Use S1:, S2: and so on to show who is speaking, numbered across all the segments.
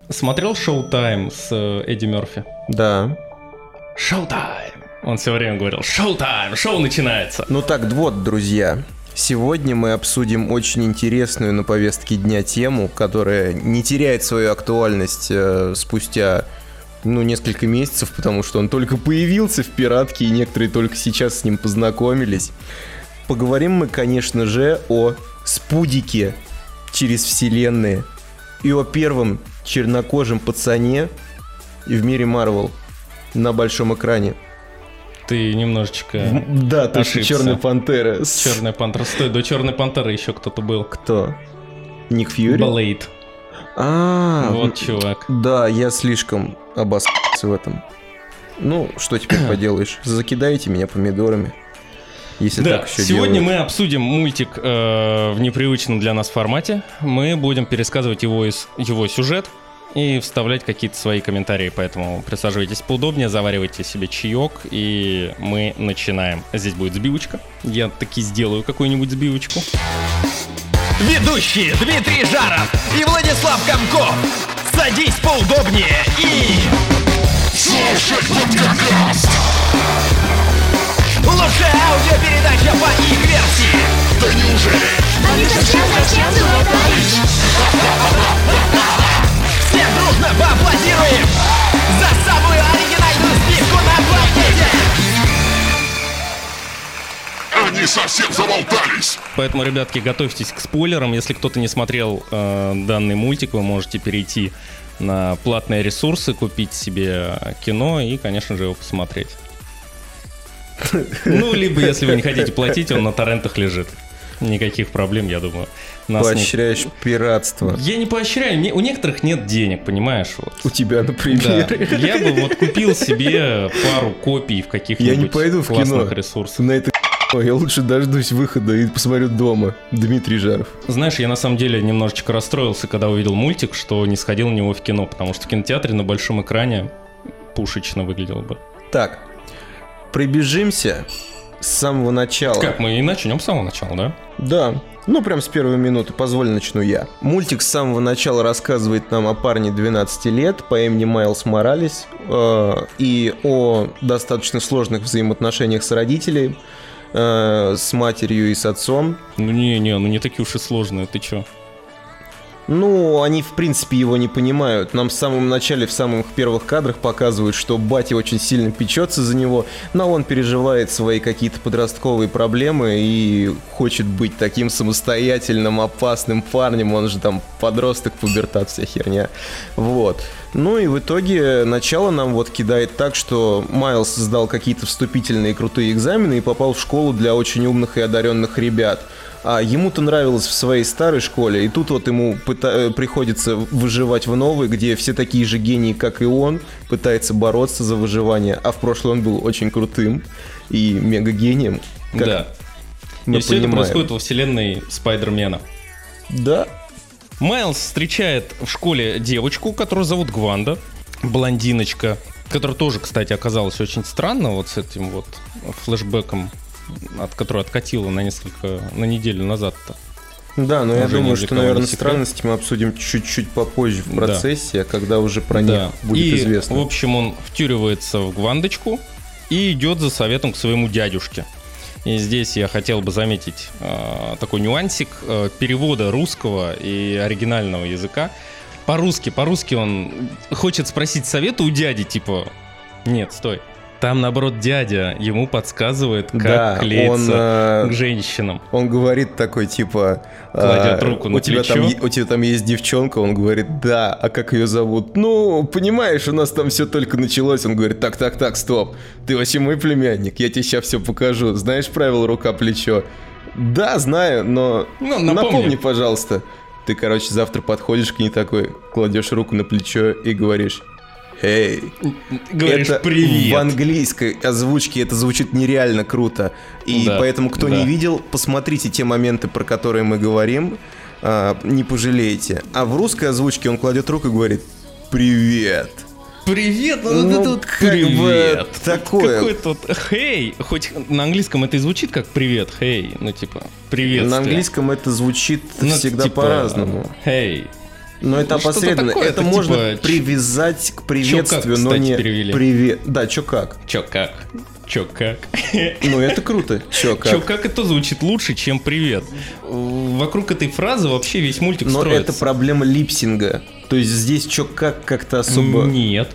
S1: Смотрел «Шоу-тайм» с Эдди Мерфи?
S2: Да.
S1: «Шоу-тайм». Он все время говорил «Шоу-тайм», шоу начинается.
S2: Ну так вот, друзья, сегодня мы обсудим очень интересную на повестке дня тему, которая не теряет свою актуальность спустя несколько месяцев, потому что он только появился в «Пиратке», и некоторые только сейчас с ним познакомились. Поговорим мы, конечно же, о спудике через вселенные и о первом чернокожем пацане в мире Марвел на большом экране.
S1: Ты немножечко
S2: Да, точно, Черная Пантера.
S1: Черная Пантера. Стой, до Черной Пантеры еще кто-то был.
S2: Кто? Ник Фьюри?
S1: Блейд. Вот чувак.
S2: Да, я слишком обоссался в этом. Ну, что теперь поделаешь? Закидайте меня помидорами. Если
S1: да,
S2: так еще
S1: сегодня
S2: делают.
S1: мы обсудим мультик в непривычном для нас формате. Мы будем пересказывать его сюжет и вставлять какие-то свои комментарии. Поэтому присаживайтесь поудобнее, заваривайте себе чаек, и мы начинаем. Здесь будет сбивочка. Я таки сделаю какую-нибудь сбивочку.
S3: Ведущие Дмитрий Жаров и Владислав Комков. Садись поудобнее и...
S4: Слушай подкаст!
S3: Лучшая аудиопередача по их версии.
S4: Да неужели?
S5: Они совсем замотались.
S3: Все дружно поаплодируем за самую оригинальную сбивку на планете.
S4: Они совсем заболтались!
S1: Поэтому, ребятки, готовьтесь к спойлерам. Если кто-то не смотрел данный мультик, вы можете перейти на платные ресурсы, купить себе кино и, конечно же, его посмотреть. Ну, либо, если вы не хотите платить, он на торрентах лежит. Никаких проблем, я думаю.
S2: Поощряешь пиратство.
S1: Я не поощряю, у некоторых нет денег, понимаешь? Вот.
S2: У тебя, например.
S1: Да. Я бы вот купил себе пару копий в каких-нибудь
S2: Я не пойду в
S1: классных
S2: кино
S1: ресурсах.
S2: на это. Я лучше дождусь выхода и посмотрю дома. Дмитрий Жаров.
S1: Знаешь, я на самом деле немножечко расстроился, когда увидел мультик, что не сходил на него в кино, потому что в кинотеатре на большом экране пушечно выглядело бы.
S2: Так, пробежимся с самого начала.
S1: Как, мы и начнем с самого начала, да?
S2: Да, прям с первой минуты, позволь, начну я. Мультик с самого начала рассказывает нам о парне 12 лет по имени Майлз Моралес и о достаточно сложных взаимоотношениях с родителями, с матерью и с отцом.
S1: Не такие уж и сложные, ты чё?
S2: Они, в принципе, его не понимают. Нам в самом начале, в самых первых кадрах показывают, что батя очень сильно печется за него, но он переживает свои какие-то подростковые проблемы и хочет быть таким самостоятельным, опасным парнем. Он же там подросток, пубертат, вся херня. Вот. И в итоге начало нам вот кидает так, что Майлз сдал какие-то вступительные крутые экзамены и попал в школу для очень умных и одаренных ребят. А ему-то нравилось в своей старой школе, и тут вот ему приходится выживать в новой, где все такие же гении, как и он, пытается бороться за выживание, а в прошлом он был очень крутым и мега-гением.
S1: Да. И все это происходит во вселенной Спайдермена.
S2: Да.
S1: Майлз встречает в школе девочку, которую зовут Гванда, блондиночка, которая тоже, кстати, оказалась очень странно вот с этим вот флешбеком, от которой откатила на неделю назад-то.
S2: Да, но я думаю, что, наверное, странности мы обсудим чуть-чуть попозже в процессе, когда уже про них будет известно.
S1: В общем, он втюривается в Гвандочку и идет за советом к своему дядюшке. И здесь я хотел бы заметить такой нюансик перевода русского и оригинального языка. По-русски он хочет спросить совета у дяди, типа, нет, стой. Там, наоборот, дядя ему подсказывает, как клеиться к женщинам.
S2: Он говорит такой, типа...
S1: Кладет руку на плечо.
S2: У тебя там есть девчонка? Он говорит, да. А как ее зовут? Понимаешь, у нас там все только началось. Он говорит, так, стоп. Ты вообще мой племянник, я тебе сейчас все покажу. Знаешь правило рука-плечо? Да, знаю, но напомни, пожалуйста. Ты, завтра подходишь к ней такой, кладешь руку на плечо и говоришь... Эй,
S1: говоришь
S2: это
S1: привет.
S2: В английской озвучке это звучит нереально круто. И поэтому, кто не видел, посмотрите те моменты, про которые мы говорим, не пожалеете. А в русской озвучке он кладет руку и говорит «Привет».
S1: Привет,
S2: привет. Такое.
S1: Какой тут «Хей», хоть на английском это и звучит как «привет», «хей», привет.
S2: На английском это звучит всегда по-разному.
S1: «Хей».
S2: Но это
S1: Что-то
S2: опосредованно.
S1: такое,
S2: Это
S1: это
S2: можно
S1: типа
S2: привязать к приветствию,
S1: чё как,
S2: но
S1: кстати,
S2: не
S1: перевели.
S2: привет. Да, чё как.
S1: Чё как? Чё как?
S2: Ну это круто. Чё как.
S1: Чё как это звучит лучше, чем привет. Вокруг этой фразы вообще весь мультик
S2: Но
S1: строится.
S2: это проблема липсинга. То есть здесь чё как как-то особо...
S1: Нет.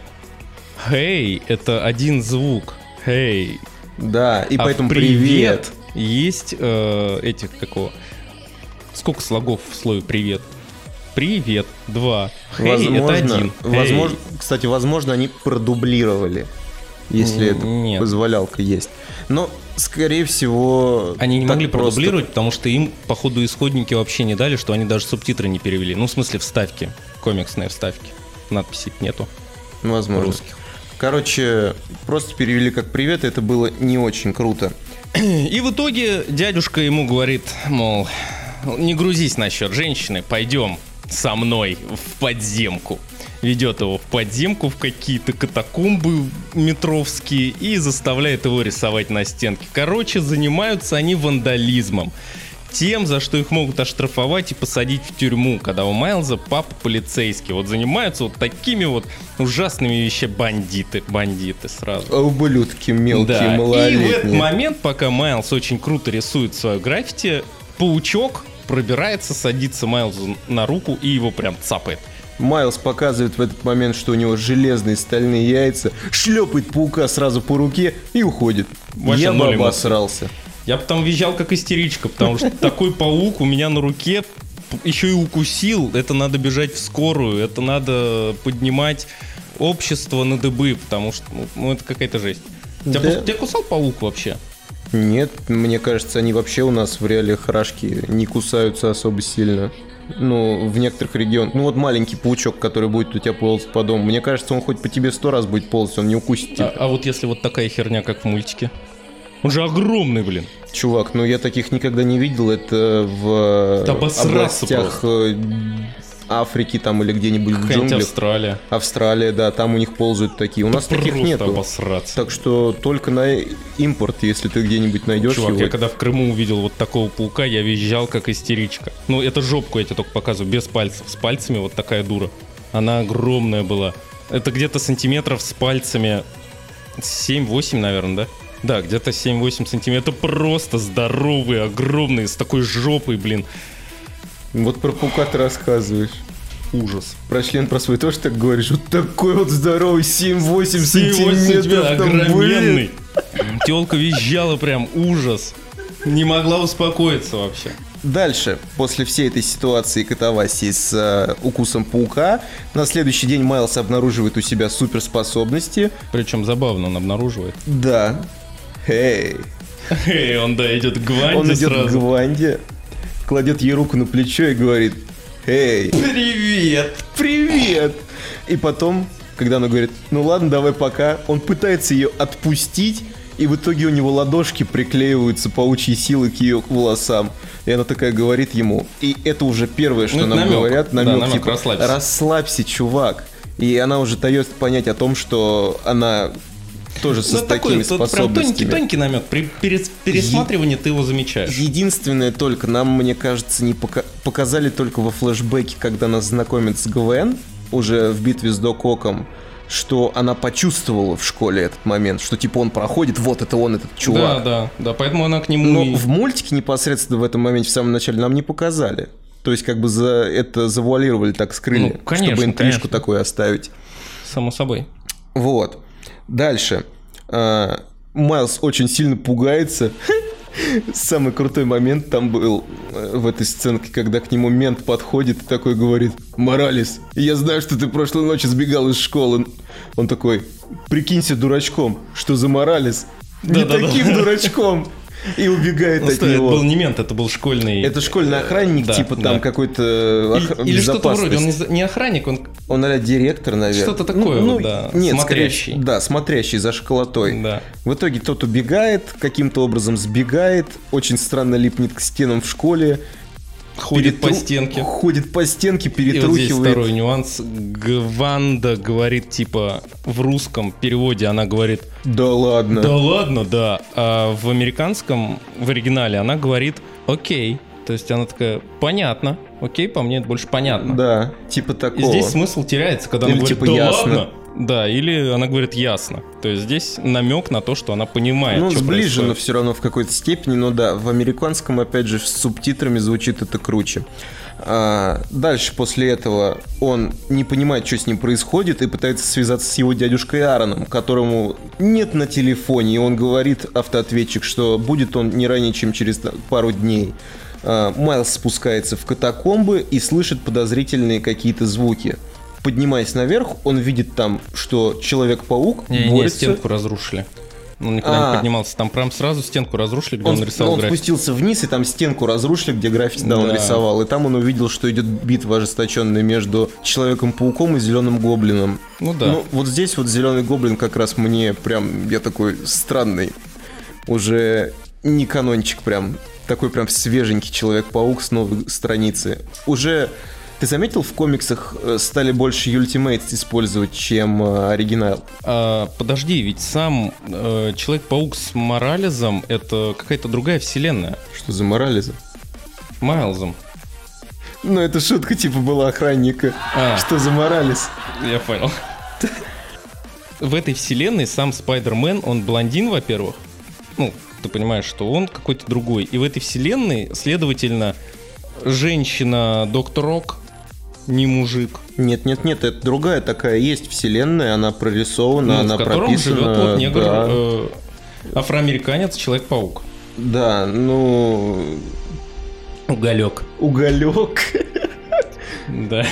S1: Хей, это один звук. Хей.
S2: Да, и
S1: А
S2: поэтому
S1: в
S2: привет.
S1: есть этих какого? Сколько слогов в слове привет? Привет, 2. Хей, это 1.
S2: Возможно, кстати, возможно, они продублировали, если это
S1: Нет.
S2: позволялка есть. Но, скорее всего...
S1: Они не
S2: так
S1: могли
S2: просто.
S1: продублировать, потому что им, походу, исходники вообще не дали, что они даже субтитры не перевели. Ну, в смысле, вставки. Комиксные вставки. Надписей нету.
S2: Возможно.
S1: Русских.
S2: Короче, просто перевели как привет, и это было не очень круто.
S1: И в итоге дядюшка ему говорит, мол, не грузись насчет женщины, пойдем со мной в подземку. Ведет его в подземку, в какие-то катакомбы метровские и заставляет его рисовать на стенке. Короче, занимаются они вандализмом. Тем, за что их могут оштрафовать и посадить в тюрьму, когда у Майлза папа полицейский. Вот занимаются вот такими вот ужасными вещами бандиты сразу.
S2: Ублюдки мелкие,
S1: Да, и
S2: малолетние.
S1: в этот момент, пока Майлз очень круто рисует свое граффити, паучок пробирается, садится Майлзу на руку и его прям цапает.
S2: Майлз показывает в этот момент, что у него железные стальные яйца, шлепает паука сразу по руке и уходит.
S1: Вообще
S2: Я бы
S1: ноль эмоций.
S2: обосрался.
S1: Я бы там визжал как истеричка, потому что такой паук у меня на руке еще и укусил. Это надо бежать в скорую, это надо поднимать общество на дыбы, потому что ну, это какая-то жесть. Тебя кусал паук вообще?
S2: Нет, мне кажется, они вообще у нас в реалиях рашки не кусаются особо сильно. Ну, в некоторых регионах. Ну, вот маленький паучок, который будет у тебя ползать по дому. Мне кажется, он хоть по тебе 100 раз будет ползать, он не укусит тебя.
S1: А вот если вот такая херня, как в мультике? Он же огромный, блин.
S2: Чувак, ну я таких никогда не видел. Это в
S1: обосраться
S2: областях Африки там или где-нибудь в
S1: Какая-нибудь
S2: джунглях.
S1: Австралия.
S2: Австралия, да, там у них ползают такие. У нас таких
S1: Просто
S2: нету.
S1: обосраться.
S2: Так что только на импорт, если ты где-нибудь найдешь
S1: Чувак,
S2: его.
S1: я когда в Крыму увидел вот такого паука, я визжал как истеричка. Ну, это жопку я тебе только показываю, без пальцев. С пальцами вот такая дура. Она огромная была. Это где-то сантиметров с пальцами 7-8, наверное, да? Да, где-то 7-8 сантиметров. Это просто здоровые, огромные, с такой жопой, блин.
S2: Вот про паука ты рассказываешь.
S1: Ужас.
S2: Про член про свой тоже так говоришь. Вот такой вот здоровый 7-8
S1: 7-8
S2: сантиметров там,
S1: огроменный. Телка визжала прям, ужас. Не могла успокоиться вообще.
S2: Дальше, после всей этой ситуации катавасии с укусом паука, на следующий день Майлз обнаруживает у себя суперспособности.
S1: Причем забавно он обнаруживает.
S2: Да. Эй.
S1: Он, да, идет к Ванде
S2: Он идет
S1: сразу.
S2: к Ванде, кладет ей руку на плечо и говорит: «Эй,
S1: Привет!
S2: привет!» И потом, когда она говорит: «Ну ладно, давай пока», он пытается ее отпустить, и в итоге у него ладошки приклеиваются паучьей силой к ее волосам. И она такая говорит ему, и это уже первое, что
S1: Ну, это
S2: нам
S1: намек.
S2: говорят,
S1: Да,
S2: намек,
S1: намек,
S2: типа,
S1: расслабься.
S2: расслабься, чувак. И она уже дает понять о том, что она тоже со
S1: Ну, такой,
S2: такими
S1: тут прям
S2: способностями.
S1: тонкий намек. При пересматривании ты его замечаешь.
S2: Единственное только, нам, мне кажется, не показали только во флешбеке, когда нас знакомят с Гвен, уже в битве с Док Оком, что она почувствовала в школе этот момент, что типа он проходит, вот это он, этот чувак.
S1: Да, поэтому она к нему
S2: Но
S1: и...
S2: в мультике непосредственно в этом моменте, в самом начале, нам не показали. То есть как бы это завуалировали, так скрыли,
S1: Ну, конечно,
S2: чтобы интрижку
S1: конечно.
S2: такую оставить.
S1: Само собой.
S2: Вот. Дальше. Майлз очень сильно пугается. Самый крутой момент там был в этой сценке, когда к нему мент подходит и такой говорит: «Моралес, я знаю, что ты прошлой ночью сбегал из школы». Он такой: «Прикинься дурачком, что за Моралес? Не
S1: Да-да-да.
S2: таким дурачком». И убегает
S1: Ну,
S2: от
S1: стой, это
S2: него.
S1: был не мент, это был школьный...
S2: Это школьный охранник,
S1: Да,
S2: типа
S1: да.
S2: там какой-то
S1: Или что-то вроде, он
S2: безопасность.
S1: не охранник, он...
S2: Он, наверное, директор, наверное.
S1: Что-то такое вот, да,
S2: Нет,
S1: смотрящий.
S2: скорее, да, смотрящий за школотой.
S1: Да.
S2: В итоге тот убегает, каким-то образом сбегает, очень странно липнет к стенам в школе.
S1: Ходит по стенке.
S2: Ходит по стенке,
S1: И вот здесь
S2: перетрухивает.
S1: второй нюанс. Гванда говорит, типа, в русском переводе она говорит:
S2: Да ладно.
S1: да ладно, да. А в американском, в оригинале, она говорит: окей. То есть она такая: понятно, Окей, по мне это больше понятно.
S2: Да, типа такого.
S1: И здесь смысл теряется, когда она
S2: Или
S1: говорит,
S2: типа
S1: да
S2: ясно.
S1: ладно. Да, или она говорит ясно. То есть здесь намек на то, что она понимает,
S2: Ну,
S1: что
S2: сближено
S1: происходит.
S2: все равно в какой-то степени, но да, в американском, опять же, с субтитрами звучит это круче. Дальше после этого он не понимает, что с ним происходит, и пытается связаться с его дядюшкой Аароном, которому нет на телефоне, и он говорит, автоответчик, что будет он не ранее, чем через пару дней. Майлз спускается в катакомбы и слышит подозрительные какие-то звуки. Поднимаясь наверх, он видит там, что Человек-паук
S1: Не,
S2: борется...
S1: стенку разрушили. Он никуда не поднимался. Там прям сразу стенку разрушили, где он рисовал
S2: он
S1: граффити.
S2: спустился вниз, и там стенку разрушили, где граффити, да, он
S1: Да.
S2: рисовал. И там он увидел, что идет битва ожесточенная между Человеком-пауком и Зеленым Гоблином.
S1: Ну да.
S2: Ну, вот здесь вот Зеленый Гоблин как раз мне прям, я такой странный, уже не канончик прям, такой прям свеженький Человек-паук с новой страницы. Уже... Ты заметил, в комиксах стали больше Ultimates использовать, чем оригинал?
S1: Подожди, ведь сам Человек-паук с Моралезом — это какая-то другая вселенная.
S2: Что за Морализа?
S1: Майлзом.
S2: Ну, это шутка типа была охранника. Что за Морализ?
S1: Я понял. В этой вселенной сам Спайдермен, он блондин, во-первых. Ну, ты понимаешь, что он какой-то другой. И в этой вселенной, следовательно, женщина Доктор Рок не мужик.
S2: Нет, это другая такая есть вселенная, она прорисована,
S1: Ну,
S2: она
S1: в котором
S2: прописана.
S1: живет вот негр,
S2: да.
S1: афроамериканец, Человек-паук.
S2: Да, ну...
S1: Уголек.
S2: Уголек.
S1: Да.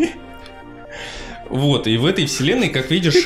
S1: Вот, и в этой вселенной, как видишь,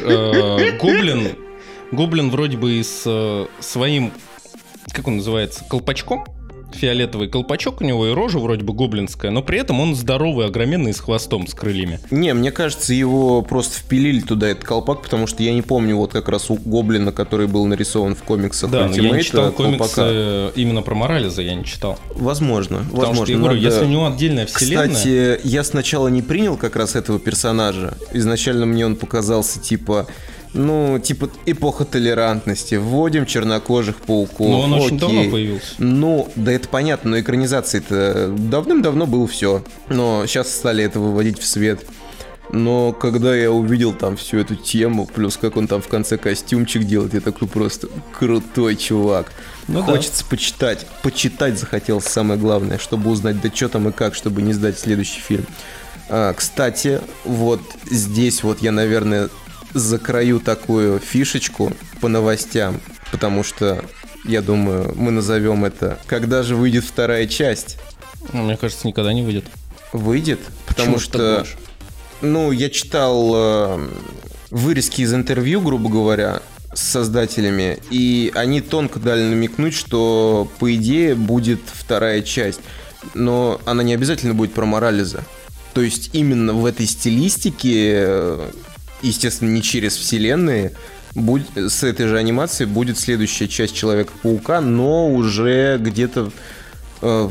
S1: Гоблин вроде бы и с своим, как он называется, колпачком, фиолетовый колпачок у него и рожа вроде бы гоблинская, но при этом он здоровый, огроменный, с хвостом, с крыльями.
S2: Не, мне кажется, его просто впилили туда, этот колпак, потому что я не помню вот как раз у Гоблина, который был нарисован в комиксах
S1: Да, но я не
S2: Ultimate,
S1: читал
S2: колпака.
S1: комиксы именно про Моралеза, я не читал.
S2: Возможно.
S1: Потому что, я говорю,
S2: надо-
S1: если у него отдельная вселенная...
S2: Кстати, я сначала не принял как раз этого персонажа. Изначально мне он показался типа... Ну, типа эпоха толерантности. Вводим чернокожих пауков.
S1: Но он очень
S2: Окей.
S1: давно появился.
S2: Ну, да это понятно, но экранизации-то давным-давно было все. Но сейчас стали это выводить в свет. Но когда я увидел там всю эту тему, плюс как он там в конце костюмчик делает, я такой просто крутой чувак.
S1: Ну да.
S2: Хочется почитать. Почитать захотелось самое главное, чтобы узнать, да что там и как, чтобы не сдать следующий фильм. Кстати, вот здесь вот я, наверное, закрою такую фишечку по новостям, потому что, я думаю, мы назовем это «Когда же выйдет вторая часть?»
S1: Ну, мне кажется, никогда не выйдет.
S2: Выйдет, потому
S1: Почему ты так
S2: что...
S1: думаешь?
S2: Ну, я читал вырезки из интервью, грубо говоря, с создателями, и они тонко дали намекнуть, что, по идее, будет вторая часть. Но она не обязательно будет про Моралеза. То есть именно в этой стилистике, естественно, не через вселенные, с этой же анимацией будет следующая часть Человека-паука, но уже где-то в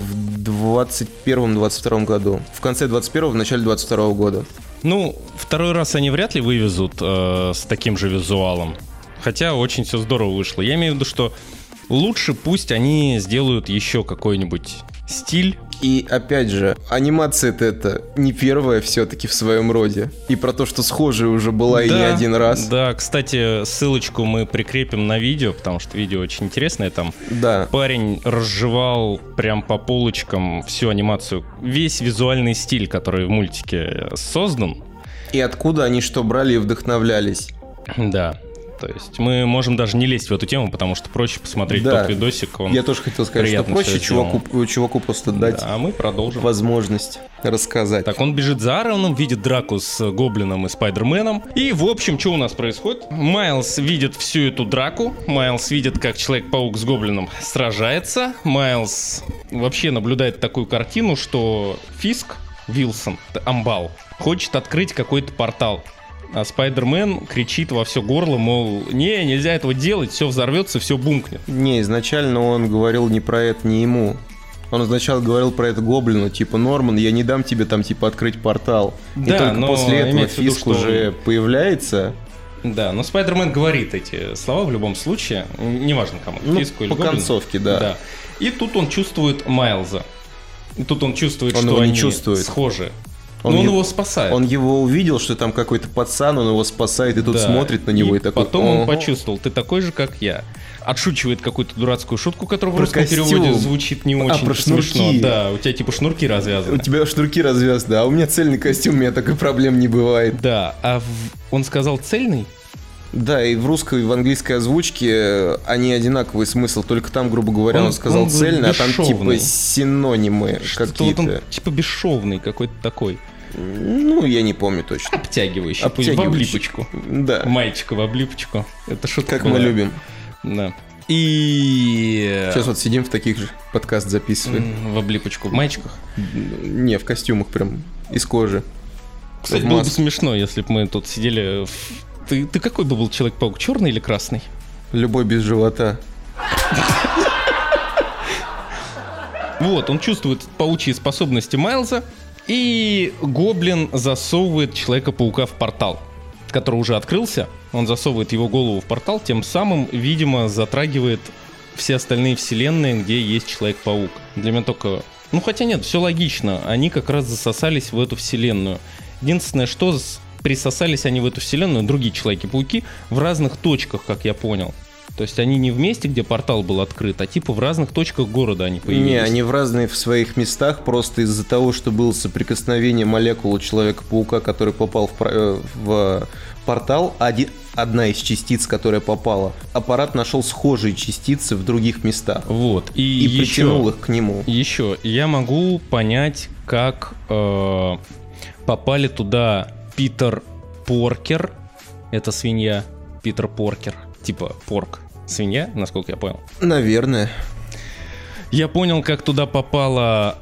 S2: 21-22 году. В конце 21-го, в начале 22 года.
S1: Ну, второй раз они вряд ли вывезут с таким же визуалом. Хотя очень все здорово вышло. Я имею в виду, что лучше пусть они сделают еще какой-нибудь стиль.
S2: И опять же, анимация-то это не первая все-таки в своем роде. И про то, что схожая уже была и не один раз.
S1: Да, кстати, ссылочку мы прикрепим на видео, потому что видео очень интересное. Там
S2: Да.
S1: парень разжевал прям по полочкам всю анимацию. Весь визуальный стиль, который в мультике создан.
S2: И откуда они что брали и вдохновлялись.
S1: Да. То есть мы можем даже не лезть в эту тему, потому что проще посмотреть
S2: Да.
S1: тот видосик. Он
S2: Я тоже хотел сказать, что
S1: приятно
S2: проще
S1: всё
S2: чуваку просто дать
S1: Да, а мы продолжим.
S2: возможность рассказать.
S1: Так, он бежит за Аароном, видит драку с Гоблином и Спайдерменом. И, в общем, что у нас происходит? Майлз видит всю эту драку. Майлз видит, как Человек-паук с Гоблином сражается. Майлз вообще наблюдает такую картину, что Фиск, Вилсон, Амбал, хочет открыть какой-то портал. А Спайдермен кричит во все горло, мол, нельзя этого делать, все взорвется, все бумкнет.
S2: Не, изначально он говорил не про это, не ему. Он сначала говорил про это Гоблину, типа, Норман, я не дам тебе там, типа, открыть портал. И
S1: Да,
S2: только
S1: но
S2: после этого
S1: имеется в виду,
S2: Фиск
S1: что
S2: уже появляется.
S1: Да, но Спайдермен говорит эти слова в любом случае, неважно кому,
S2: Ну,
S1: Фиску или
S2: по
S1: Гоблину.
S2: концовке, да.
S1: И тут он чувствует Майлза. Тут он чувствует,
S2: Он
S1: что
S2: его не
S1: они
S2: чувствует.
S1: схожи.
S2: Он
S1: Но он
S2: не-
S1: его спасает.
S2: Он его увидел, что там какой-то пацан, он его спасает, и тут
S1: Да.
S2: смотрит на него и такой...
S1: потом он
S2: «Ого».
S1: почувствовал, ты такой же, как я. Отшучивает какую-то дурацкую шутку, которая в
S2: Про
S1: русском
S2: костюм.
S1: переводе звучит не очень
S2: про
S1: смешно.
S2: шнурки.
S1: Да, у тебя типа шнурки развязаны.
S2: У тебя шнурки развязаны, а у меня цельный костюм, у меня такой проблем не бывает.
S1: Да, он сказал цельный?
S2: Да, и в русской, и в английской озвучке они одинаковый смысл, только там, грубо говоря, он сказал
S1: он
S2: цельный, а там
S1: бесшовный.
S2: типа синонимы
S1: Что-то вот он
S2: какие-то.
S1: типа бесшовный какой-то такой.
S2: Ну, я не помню точно.
S1: Обтягивающий. Пусть в
S2: Обтягивающий.
S1: облипочку.
S2: Да,
S1: Маечка в облипочку. Это шутка
S2: как мы
S1: была.
S2: любим.
S1: Да. И...
S2: Сейчас вот сидим в таких же, подкаст записываем.
S1: В облипочку. В маечках.
S2: Не, в костюмах прям, из кожи.
S1: Кстати,
S2: В
S1: было бы
S2: маске.
S1: смешно, если бы мы тут сидели... Ты какой бы был Человек-паук? Черный или красный?
S2: Любой без живота.
S1: Вот, он чувствует паучьи способности Майлза, и Гоблин засовывает Человека-паука в портал, который уже открылся. Он засовывает его голову в портал, тем самым, видимо, затрагивает все остальные вселенные, где есть Человек-паук. Для меня только... Ну, хотя нет, все логично. Они как раз засосались в эту вселенную. Единственное, что присосались они в эту вселенную, другие Человеки-пауки, в разных точках, как я понял. То есть они не в месте, где портал был открыт, а типа в разных точках города они появились.
S2: Не, они в разные в своих местах, просто из-за того, что было соприкосновение молекулы Человека-паука, который попал в портал, одна из частиц, которая попала, аппарат нашел схожие частицы в других местах
S1: Вот. И
S2: и
S1: еще,
S2: притянул их к нему.
S1: Еще я могу понять, как попали туда Питер Поркер. Это свинья. Питер Поркер. Типа порк. Свинья, насколько я понял.
S2: Наверное.
S1: Я понял, как туда попала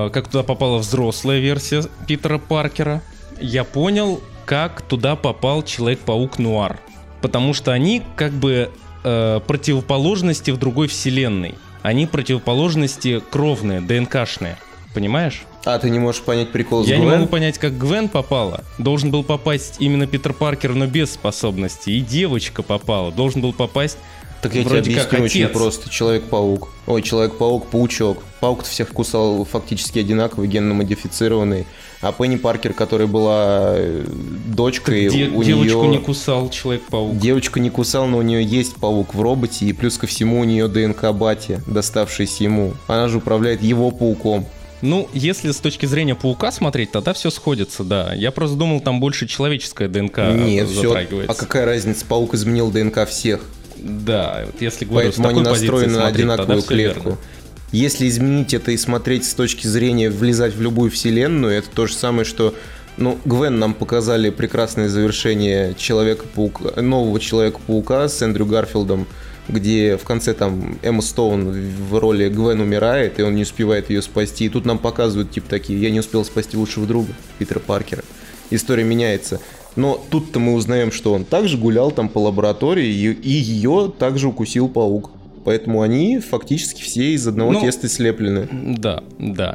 S1: взрослая версия Питера Паркера. Я понял, как туда попал Человек-паук Нуар. Потому что они как бы противоположности в другой вселенной. Они противоположности кровные, ДНКшные. Понимаешь?
S2: А ты не можешь понять прикол с
S1: Я не
S2: Гвен?
S1: могу понять, как Гвен попала. Должен был попасть именно Питер Паркер, но без способностей. И девочка попала. Должен был попасть
S2: Так я тебе
S1: вроде как
S2: объясню очень
S1: отец.
S2: просто. Человек-паук. Ой, Человек-паук, паучок. Паук-то всех кусал фактически одинаковый, генно-модифицированный. А Пенни Паркер, которая была дочкой, у
S1: девочку
S2: нее...
S1: не кусал Человек-паук.
S2: Девочку не кусал, но у нее есть паук в роботе, и плюс ко всему у нее ДНК бати, доставшаяся ему. Она же управляет его пауком.
S1: Ну, если с точки зрения паука смотреть, тогда все сходится, да. Я просто думал, там больше человеческая ДНК
S2: Нет, все.
S1: затрагивается.
S2: А какая разница? Паук изменил ДНК всех.
S1: Да, вот если говорю,
S2: Поэтому
S1: с
S2: они
S1: такой позиции
S2: настроены на
S1: смотреть, тогда
S2: одинаковую
S1: всё
S2: клетку.
S1: верно.
S2: Если изменить это и смотреть с точки зрения влезать в любую вселенную, это то же самое, что... Ну, Гвен нам показали прекрасное завершение Человека-паука, нового Человека-паука с Эндрю Гарфилдом, где в конце там Эмма Стоун в роли Гвен умирает, и он не успевает ее спасти. И тут нам показывают типа такие: я не успел спасти лучшего друга Питера Паркера. История меняется. Но тут-то мы узнаем, что он также гулял там по лаборатории, и ее также укусил паук. Поэтому они фактически все из одного теста слеплены.
S1: Да, да.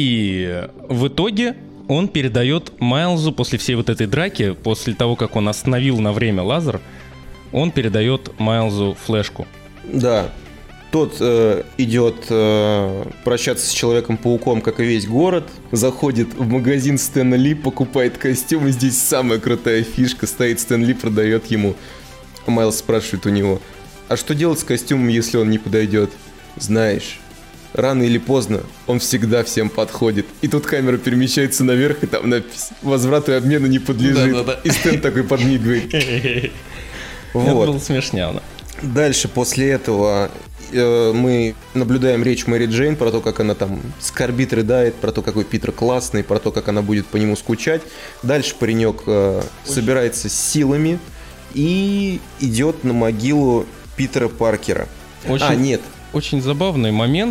S1: И в итоге он передает Майлзу после всей вот этой драки, после того, как он остановил на время лазер, он передает Майлзу флешку.
S2: Да. Тот идет прощаться с Человеком-пауком, как и весь город. Заходит в магазин Стэна Ли, покупает костюм. И здесь самая крутая фишка. Стоит Стэн Ли, продает ему. Майлз спрашивает у него: а что делать с костюмом, если он не подойдет? Знаешь, рано или поздно он всегда всем подходит. И тут камера перемещается наверх, и там надпись: возврату и обмену не подлежит.
S1: Да-да-да.
S2: И Стэн такой подмигивает.
S1: Это
S2: Вот.
S1: было смешняно.
S2: Дальше после этого мы наблюдаем речь Мэри Джейн про то, как она там скорбит, рыдает, про то, какой Питер классный, про то, как она будет по нему скучать. Дальше паренек собирается с силами и идет на могилу Питера Паркера. Нет.
S1: Очень забавный момент,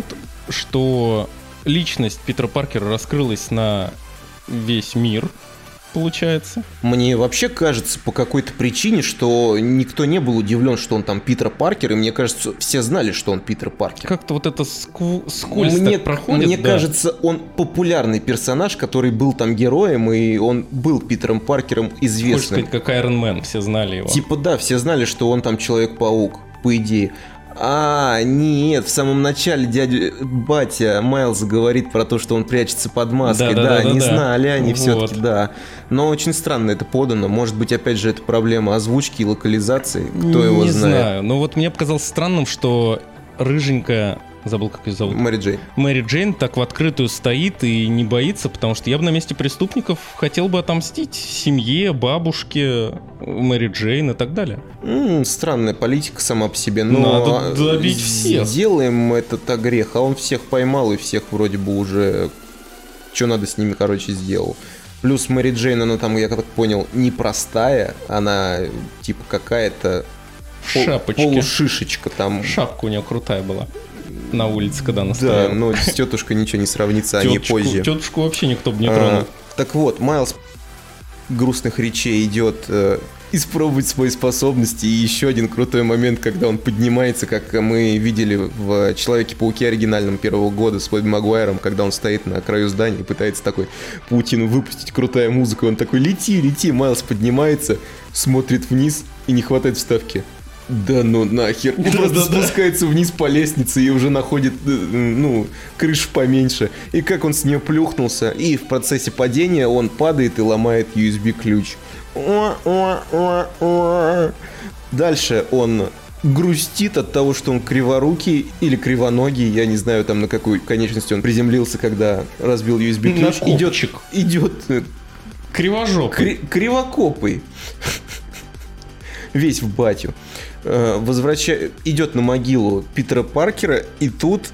S1: что личность Питера Паркера раскрылась на весь мир, получается.
S2: Мне вообще кажется по какой-то причине, что никто не был удивлен, что он там Питер Паркер, и мне кажется, все знали, что он Питер Паркер.
S1: Как-то вот это скользь
S2: Мне,
S1: так проходит.
S2: мне
S1: да.
S2: кажется, он популярный персонаж, который был там героем, и он был Питером Паркером
S1: Хочешь
S2: известным.
S1: сказать, как Iron Man, все знали его.
S2: Типа да, все знали, что он там Человек-паук, по идее. Нет, в самом начале батя Майлз говорит про то, что он прячется под маской. Да, не знали они все-таки, да. Но очень странно это подано. Может быть, опять же, это проблема озвучки и локализации. Кто его знает.
S1: Не знаю, но вот мне показалось странным, что рыженькая... Забыл, как ее зовут. Мэри Джейн так в открытую стоит и не боится, потому что я бы на месте преступников хотел бы отомстить семье, бабушке, Мэри Джейн и так далее.
S2: Странная политика сама по себе, но
S1: надо добить всех.
S2: Сделаем этот грех, а он всех поймал и всех вроде бы уже... Что надо с ними, сделал. Плюс Мэри Джейн, она там, я как понял, непростая, она типа какая-то... Полушишечка там.
S1: Шапка у нее крутая была. На улице, когда она стояла.
S2: Да, но с тетушкой ничего не сравнится, они позже.
S1: Тетушку вообще никто бы не тронул.
S2: Так вот, Майлз грустных речей идет испробовать свои способности. И еще один крутой момент, когда он поднимается, как мы видели в Человеке-пауке оригинальном первого года с Тоби Магуайром, когда он стоит на краю здания и пытается такой паутину выпустить, крутая музыка. Он такой: лети, лети. Майлз поднимается, смотрит вниз и не хватает вставки. Да ну нахер. И просто спускается вниз по лестнице и уже находит, крышу поменьше. И как он с нее плюхнулся. И в процессе падения он падает и ломает USB-ключ. Дальше он грустит от того, что он криворукий или кривоногий. Я не знаю, там на какой конечности он приземлился, когда разбил USB-ключ. Идет
S1: кривожопый.
S2: Кривокопый. Весь в батю. Идет на могилу Питера Паркера, и тут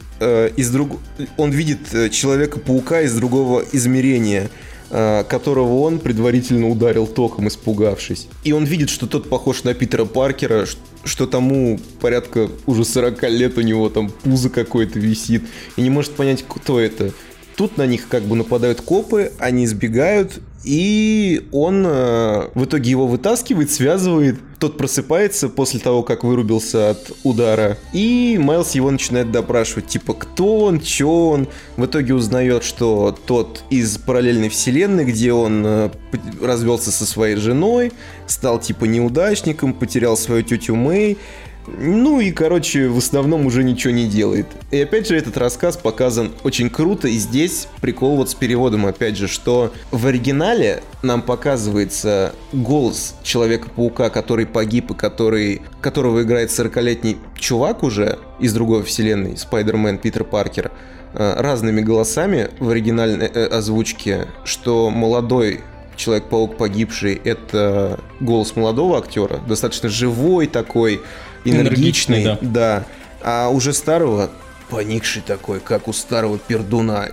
S2: он видит Человека-паука из другого измерения, которого он предварительно ударил током, испугавшись. И он видит, что тот похож на Питера Паркера, что тому порядка уже 40 лет, у него там пузо какое-то висит, и не может понять, кто это. Тут на них нападают копы, они сбегают, и он в итоге его вытаскивает, связывает. Тот просыпается после того, как вырубился от удара, и Майлз его начинает допрашивать, типа, кто он, чё он. В итоге узнает, что тот из параллельной вселенной, где он развелся со своей женой, стал типа неудачником, потерял свою тетю Мэй. Ну и, в основном уже ничего не делает. И опять же, этот рассказ показан очень круто. И здесь прикол с переводом, опять же, что в оригинале нам показывается голос Человека-паука, который погиб и которого играет 40-летний чувак уже из другой вселенной, Спайдермен Питер Паркер, разными голосами в оригинальной озвучке, что молодой Человек-паук погибший — это голос молодого актера, достаточно живой такой, энергичный, да. А уже старого поникший такой, как у старого пердуна.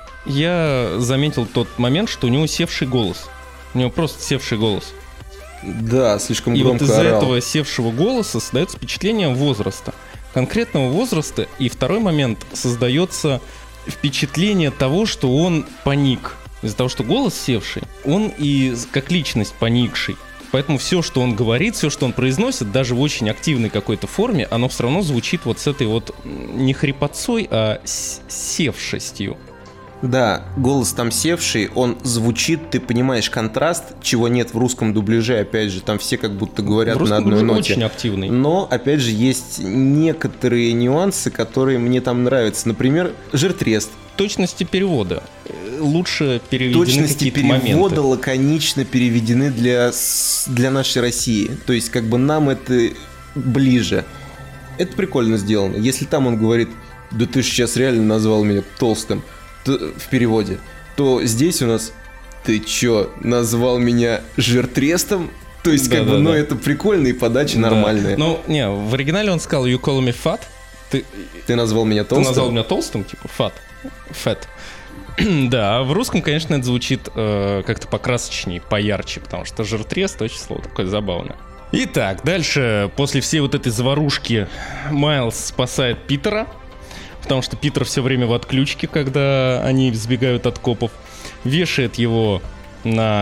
S1: Я заметил тот момент, что у него севший голос. У него просто севший голос.
S2: Да, слишком громко
S1: орал. И вот из-за этого
S2: этого
S1: севшего голоса создается впечатление возраста. Конкретного возраста. И второй момент, создается впечатление того, что он паник. Из-за того, что голос севший, он и как личность поникший. Поэтому все, что он говорит, все, что он произносит, даже в очень активной какой-то форме, оно все равно звучит вот с этой вот не хрипотцой, а севшестью.
S2: Да, голос там севший, он звучит, ты понимаешь контраст, чего нет в русском дубляже, опять же, там все как будто говорят на одной ноте.
S1: Очень активный.
S2: Но, опять же, есть некоторые нюансы, которые мне там нравятся. Например, жиртрест.
S1: Точности перевода. Лучше переведены
S2: точности
S1: какие-то
S2: перевода
S1: моменты.
S2: Лаконично переведены для нашей России. То есть, нам это ближе. Это прикольно сделано. Если там он говорит: да ты же сейчас реально назвал меня толстым, в переводе, то здесь у нас: ты чё, назвал меня жиртрестом? То есть, это прикольно и подача нормальная.
S1: В оригинале он сказал: you call me fat.
S2: Ты назвал меня толстым?
S1: Ты назвал меня толстым, типа fat. Да, в русском, конечно, это звучит как-то покрасочнее, поярче, потому что жиртрест очень слово такое забавное. Итак, дальше, после всей вот этой заварушки, Майлз спасает Питера, потому что Питер все время в отключке, когда они сбегают от копов, вешает его на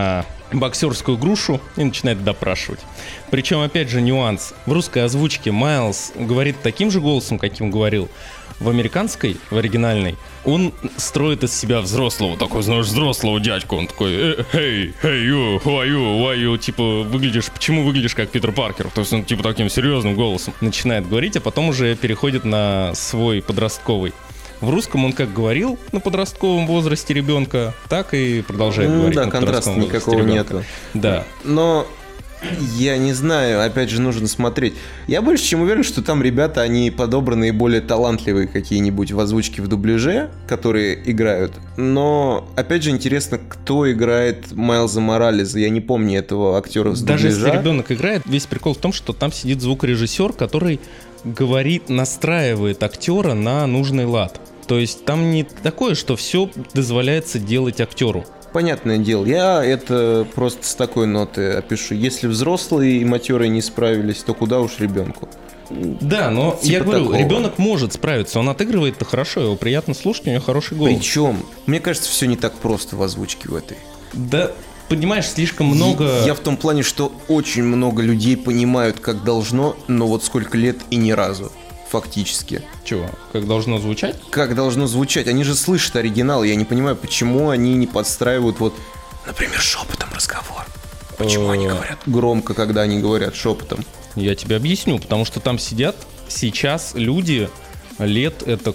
S1: боксерскую грушу и начинает допрашивать. Причем, опять же, нюанс. В русской озвучке Майлз говорит таким же голосом, каким говорил в американской, в оригинальной. Он строит из себя взрослого, такой, знаешь, взрослого дядьку. Он такой, hey, you, who are you, типа, почему выглядишь как Питер Паркер? То есть он, типа, таким серьезным голосом начинает говорить, а потом уже переходит на свой подростковый. В русском он как говорил на подростковом возрасте ребенка, так и продолжает говорить
S2: да,
S1: на
S2: контраста
S1: подростковом
S2: никакого
S1: возрасте ребенка.
S2: нету.
S1: Да.
S2: Но я не знаю, опять же, нужно смотреть. Я больше чем уверен, что там ребята, они подобранные более талантливые какие-нибудь в озвучке в дубляже, которые играют. Но, опять же, интересно, кто играет Майлза Моралеса. Я не помню этого актера с
S1: Даже
S2: дубляжа.
S1: если ребенок играет, весь прикол в том, что там сидит звукорежиссер, который говорит, настраивает актера на нужный лад. То есть там не такое, что все дозволяется делать актеру.
S2: Понятное дело, я это просто с такой ноты опишу. Если взрослые и матерые не справились, то куда уж ребенку.
S1: Да, но
S2: Типа
S1: я говорю,
S2: такого.
S1: ребенок может справиться, он отыгрывает-то хорошо, его приятно слушать, у него хороший голос.
S2: Причем, мне кажется, все не так просто в озвучке в этой.
S1: Да, понимаешь, слишком много...
S2: Я в том плане, что очень много людей понимают, как должно, но вот сколько лет и ни разу. Фактически.
S1: Чего? Как должно звучать?
S2: Как должно звучать? Они же слышат оригинал. Я не понимаю, почему они не подстраивают вот, например, шепотом разговор. Почему они говорят громко, когда они говорят шепотом?
S1: Я тебе объясню, потому что там сидят сейчас люди лет это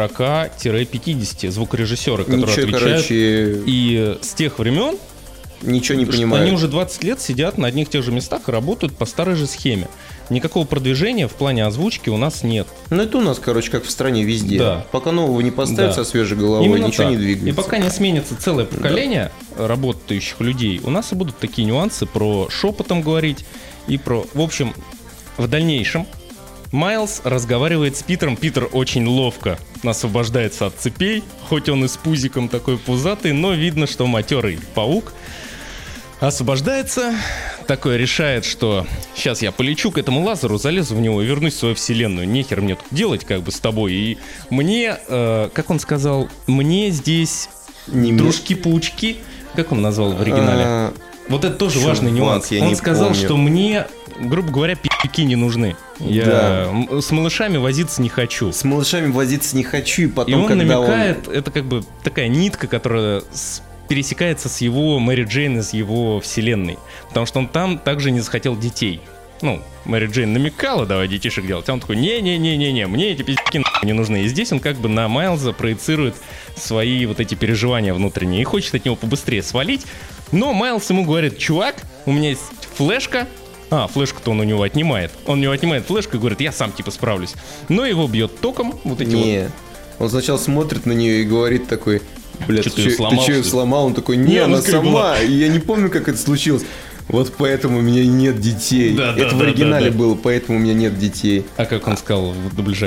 S1: 40-50 звукорежиссеры, которые
S2: Ничего,
S1: отвечают.
S2: короче,
S1: И с тех времен
S2: ничего не
S1: что
S2: понимаю.
S1: они уже 20 лет сидят на одних и тех же местах и работают по старой же схеме. Никакого продвижения в плане озвучки у нас нет.
S2: Ну это у нас, короче, как в стране везде.
S1: Да.
S2: Пока нового не поставят
S1: Да.
S2: со свежей головой,
S1: Именно
S2: ничего
S1: так.
S2: не двигается.
S1: И пока не сменится целое поколение работающих людей, у нас и будут такие нюансы про шепотом говорить и про... В общем, в дальнейшем Майлз разговаривает с Питером. Питер очень ловко освобождается от цепей, хоть он и с пузиком такой пузатый, но видно, что матерый паук. Освобождается, такой решает, что сейчас я полечу к этому лазеру, залезу в него и вернусь в свою вселенную. Нехер мне тут делать как бы с тобой. И мне, как он сказал, мне здесь дружки-паучки, как он назвал в оригинале? Вот это тоже важный нюанс. Он сказал, что мне, грубо говоря, пи***ки не нужны. Я с малышами возиться не хочу.
S2: С малышами возиться не хочу, и потом,
S1: И он
S2: когда
S1: намекает, это как бы такая нитка, которая пересекается с его Мэри Джейн из его вселенной. Потому что он там также не захотел детей. Ну, Мэри Джейн намекала, давай детишек делать. А он такой, не-не-не-не-не, мне эти пи***ки не нужны. И здесь он как бы на Майлза проецирует свои вот эти переживания внутренние и хочет от него побыстрее свалить. Но Майлз ему говорит, чувак, у меня есть флешка. А, флешку-то он у него отнимает. Он у него отнимает флешку и говорит, я сам типа справлюсь. Но его бьет током вот эти
S2: Не, он сначала смотрит на нее и говорит такой, блядь,
S1: Чё
S2: ты
S1: ты её сломал,
S2: что ее
S1: что ли?
S2: сломал? Он такой,
S1: Не,
S2: не,
S1: она
S2: она
S1: такая
S2: сама. И я не помню, как это случилось. Вот поэтому у меня нет детей.
S1: Да,
S2: Это
S1: да,
S2: в
S1: да,
S2: оригинале
S1: да.
S2: было, поэтому у меня нет детей.
S1: А как он сказал в дубляже?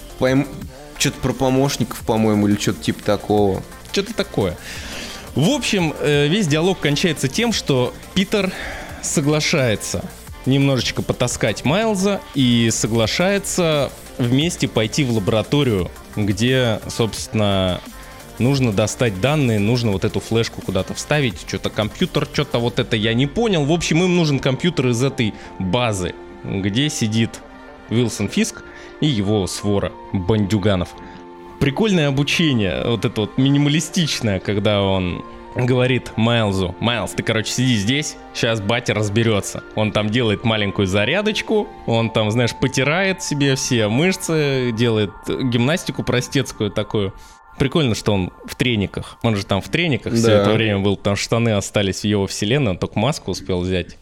S2: Что-то про помощников, по-моему, или что-то типа такого.
S1: Что-то такое. В общем, весь диалог кончается тем, что Питер соглашается немножечко потаскать Майлза и соглашается вместе пойти в лабораторию, где, собственно, нужно достать данные, нужно вот эту флешку куда-то вставить, что-то компьютер, что-то вот это я не понял. В общем, им нужен компьютер из этой базы, где сидит Уилсон Фиск и его свора бандюганов. Прикольное обучение, вот это вот минималистичное, когда он говорит Майлзу: Майлз, ты, короче, сиди здесь, сейчас батя разберется. Он там делает маленькую зарядочку, он там, знаешь, потирает себе все мышцы, делает гимнастику простецкую такую. Прикольно, что он в трениках. Он же там в трениках все это время был, потому что штаны остались в его вселенной, он только маску успел взять.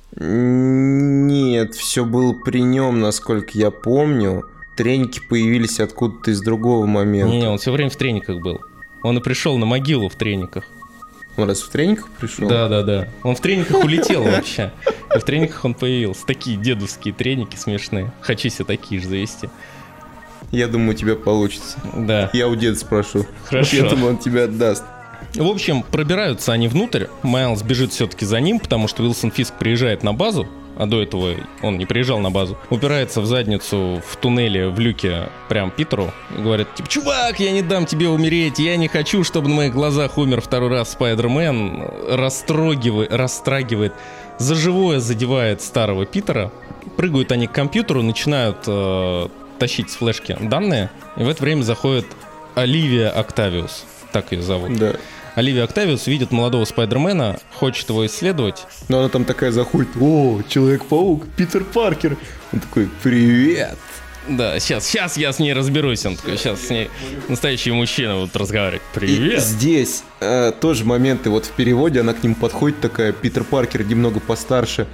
S2: Нет, все было при нем, насколько я помню. Треники появились откуда-то из другого момента.
S1: Не, он все время в трениках был. Он и пришел на могилу в трениках.
S2: Он раз в трениках пришел?
S1: Да. Он в трениках улетел вообще. И в трениках он появился. Такие дедовские треники смешные. Хочу себе такие же завести.
S2: Я думаю, у тебя получится.
S1: Да.
S2: Я у деда спрошу.
S1: Хорошо.
S2: Я думаю, он тебя отдаст.
S1: В общем, пробираются они внутрь. Майлз бежит все-таки за ним, потому что Уилсон Фиск приезжает на базу а до этого он не приезжал на базу, упирается в задницу в туннеле, в люке, прям Питеру, и говорит, типа, чувак, я не дам тебе умереть, я не хочу, чтобы на моих глазах умер второй раз Спайдермен, растрагивает, за живое задевает старого Питера, прыгают они к компьютеру, начинают тащить с флешки данные, и в это время заходит Оливия Октавиус, так ее зовут.
S2: Да.
S1: Оливия Октавиус видит молодого Спайдермена, хочет его исследовать.
S2: Но она там такая заходит, о, Человек-паук, Питер Паркер. Он такой, привет.
S1: Да, сейчас я с ней разберусь. Он такой, сейчас с ней настоящий мужчина вот разговаривать. Привет.
S2: И здесь тоже моменты, вот в переводе она к нему подходит такая, Питер Паркер немного постарше.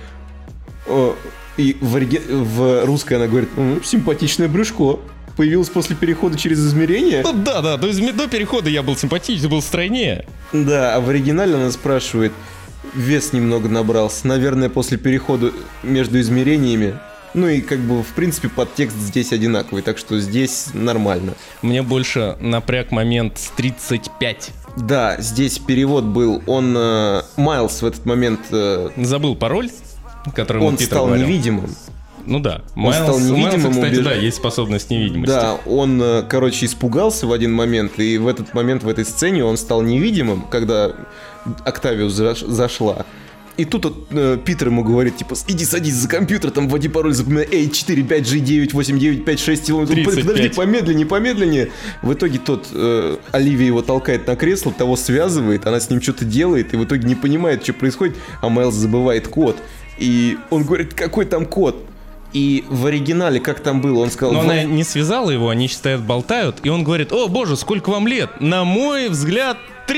S2: И в русской она говорит, симпатичное брюшко. Появилось после перехода через измерение.
S1: Ну, да, до перехода я был симпатичный, был стройнее.
S2: Да, а в оригинале она спрашивает, вес немного набрался. Наверное, после перехода между измерениями. Ну и как бы, в принципе, подтекст здесь одинаковый, так что здесь нормально.
S1: Мне больше напряг момент с 35.
S2: Да, здесь перевод был, Майлз в этот момент...
S1: Забыл пароль, который
S2: он
S1: Питер
S2: стал
S1: говорил.
S2: невидимым.
S1: Ну да,
S2: Он стал невидимым,
S1: кстати,
S2: убежал.
S1: да, есть способность невидимости.
S2: Да, он, испугался в один момент, и в этот момент в этой сцене он стал невидимым, когда Октавиус зашла. И тут Питер ему говорит, типа, иди садись за компьютер, там вводи пароль, запоминай, 4, 5, G9, 8, 9, 5, 6, подожди, помедленнее. В итоге Оливия его толкает на кресло, того связывает, она с ним что-то делает, и в итоге не понимает, что происходит, а Майлз забывает код. И он говорит, какой там код? И в оригинале, как там было, он сказал...
S1: Но она не связала его, они стоят, болтают, и он говорит, о боже, сколько вам лет? На мой взгляд,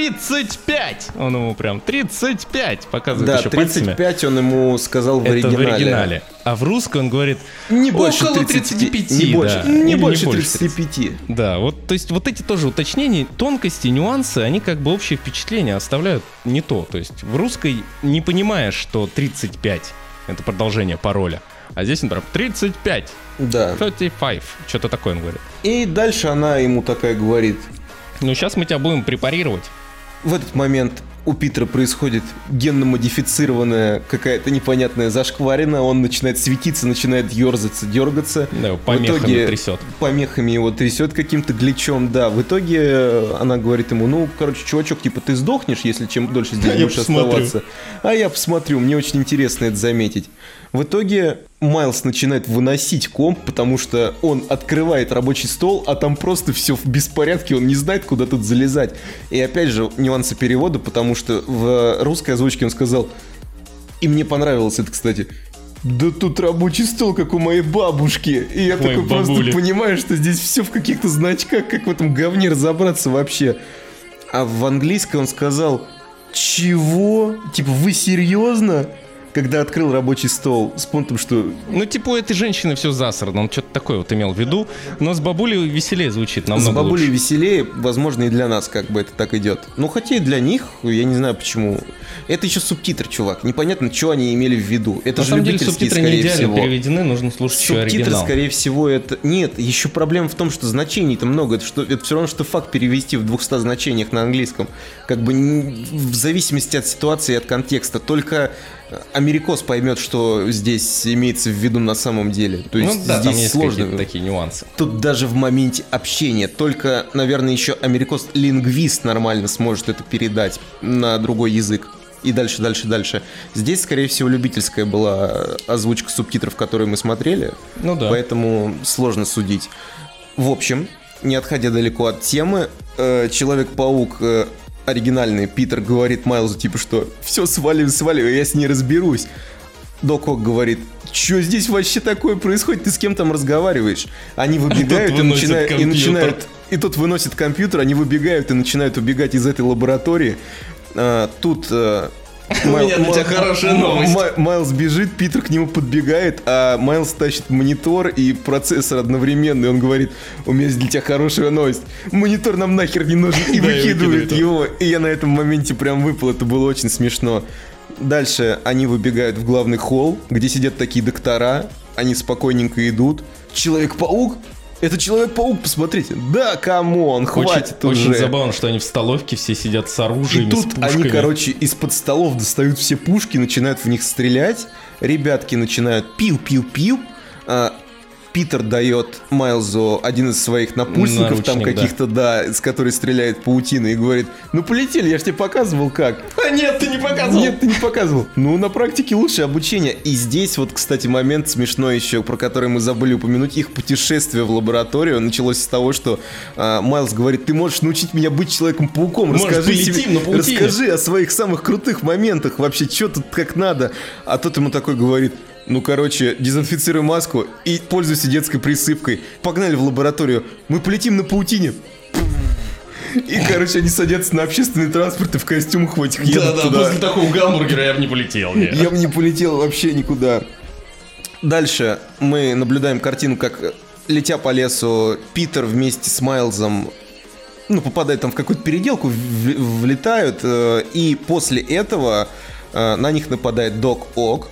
S1: 35! Он ему прям 35 показывает
S2: да,
S1: еще
S2: 35
S1: пальцами.
S2: Он ему сказал в
S1: Это
S2: оригинале.
S1: в оригинале. А в русском он говорит,
S2: не больше
S1: около
S2: 35.
S1: 35.
S2: Не больше,
S1: да.
S2: не
S1: Или
S2: больше
S1: не
S2: 35.
S1: Да, вот, то есть вот эти тоже уточнения, тонкости, нюансы, они как бы общее впечатление оставляют не то. То есть в русской не понимаешь, что 35 это продолжение пароля. А здесь он прям 35.
S2: Да.
S1: 35. Что-то такое он говорит.
S2: И дальше она ему такая говорит.
S1: Ну, сейчас мы тебя будем препарировать.
S2: В этот момент у Питера происходит генно-модифицированная какая-то непонятная зашкварина. Он начинает светиться, начинает ерзаться, дергаться.
S1: Да, его помехами трясет.
S2: Помехами его трясет каким-то гличом, да. В итоге она говорит ему, чувачок, типа, ты сдохнешь, если чем дольше здесь будешь оставаться. А я посмотрю, мне очень интересно это заметить. В итоге Майлз начинает выносить комп, потому что он открывает рабочий стол, а там просто все в беспорядке, он не знает, куда тут залезать. И опять же, нюансы перевода, потому что в русской озвучке он сказал, и мне понравилось это, кстати, да тут рабочий стол, как у моей бабушки. И я такой просто понимаю, что здесь все в каких-то значках, как в этом говне разобраться вообще. А в английском он сказал, чего? Типа, вы серьезно? Когда открыл рабочий стол с пунктом, что...
S1: Ну, типа, у этой женщины все засрано, он что-то такое вот имел в виду, но с бабулей веселее звучит, намного лучше.
S2: С бабулей веселее, возможно, и для нас как бы это так идет. Ну, хотя и для них, я не знаю почему. Это еще субтитр, чувак, непонятно, что они имели в виду. Это
S1: на
S2: же
S1: самом деле
S2: любительские,
S1: субтитры не идеально
S2: всего.
S1: Переведены, нужно слушать еще оригинал.
S2: Субтитры, скорее всего, это... Нет, еще проблема в том, что значений-то много. Это все равно, что факт перевести в 200 значениях на английском. Как бы в зависимости от ситуации и от контекста. Только америкос поймет, что здесь имеется в виду на самом деле. То есть
S1: да,
S2: здесь
S1: там есть
S2: сложно.
S1: Такие нюансы.
S2: Тут даже в моменте общения. Только, наверное, еще америкос-лингвист нормально сможет это передать на другой язык. И дальше. Здесь, скорее всего, любительская была озвучка субтитров, которые мы смотрели.
S1: Ну да.
S2: Поэтому сложно судить. В общем, не отходя далеко от темы, Человек-паук... оригинальный Питер говорит Майлзу, типа, что все, сваливай, я с ней разберусь. Док Ок говорит, что здесь вообще такое происходит, ты с кем там разговариваешь? Они выбегают и начинают... И тут выносит компьютер, они выбегают и начинают убегать из этой лаборатории. Тут...
S1: У меня для тебя хорошая новость.
S2: Майлз бежит, Питер к нему подбегает, а Майлз тащит монитор и процессор одновременно, и он говорит, у меня для тебя хорошая новость. Монитор нам нахер не нужен, и выкидывает его. И я на этом моменте прям выпал, это было очень смешно. Дальше они выбегают в главный холл, где сидят такие доктора, они спокойненько идут. Человек-паук Это Человек-паук, посмотрите. Да, камон, хватит уже.
S1: Очень забавно, что они в столовке все сидят с оружием,
S2: И тут
S1: с пушками.
S2: они, короче, из-под столов достают все пушки, начинают в них стрелять. Ребятки начинают пиу-пиу-пиу. Питер дает Майлзу один из своих напульсников, там
S1: Наручник,
S2: каких-то, да, с которой стреляет паутиной, и говорит: ну полетели, я же тебе показывал как.
S1: А нет, ты не показывал.
S2: Нет, ты не показывал. Ну, на практике лучше обучение. И здесь вот, кстати, момент смешной еще, про который мы забыли упомянуть. Их путешествие в лабораторию началось с того, что Майлз говорит: ты можешь научить меня быть Человеком-пауком.
S1: Может, полетим на паутине?
S2: Расскажи о своих самых крутых моментах. Вообще, что тут как надо. А тот ему такой говорит: ну, короче, дезинфицируй маску и пользуйся детской присыпкой. Погнали в лабораторию. Мы полетим на паутине. И, короче, они садятся на общественный транспорт и в костюмах в этих едут
S1: Да,
S2: туда.
S1: после такого гамбургера я бы не полетел. нет.
S2: Я бы не полетел вообще никуда. Дальше мы наблюдаем картину, как, летя по лесу, Питер вместе с Майлзом, ну, попадает там в какую-то переделку, влетают, и после этого на них нападает Док Ок,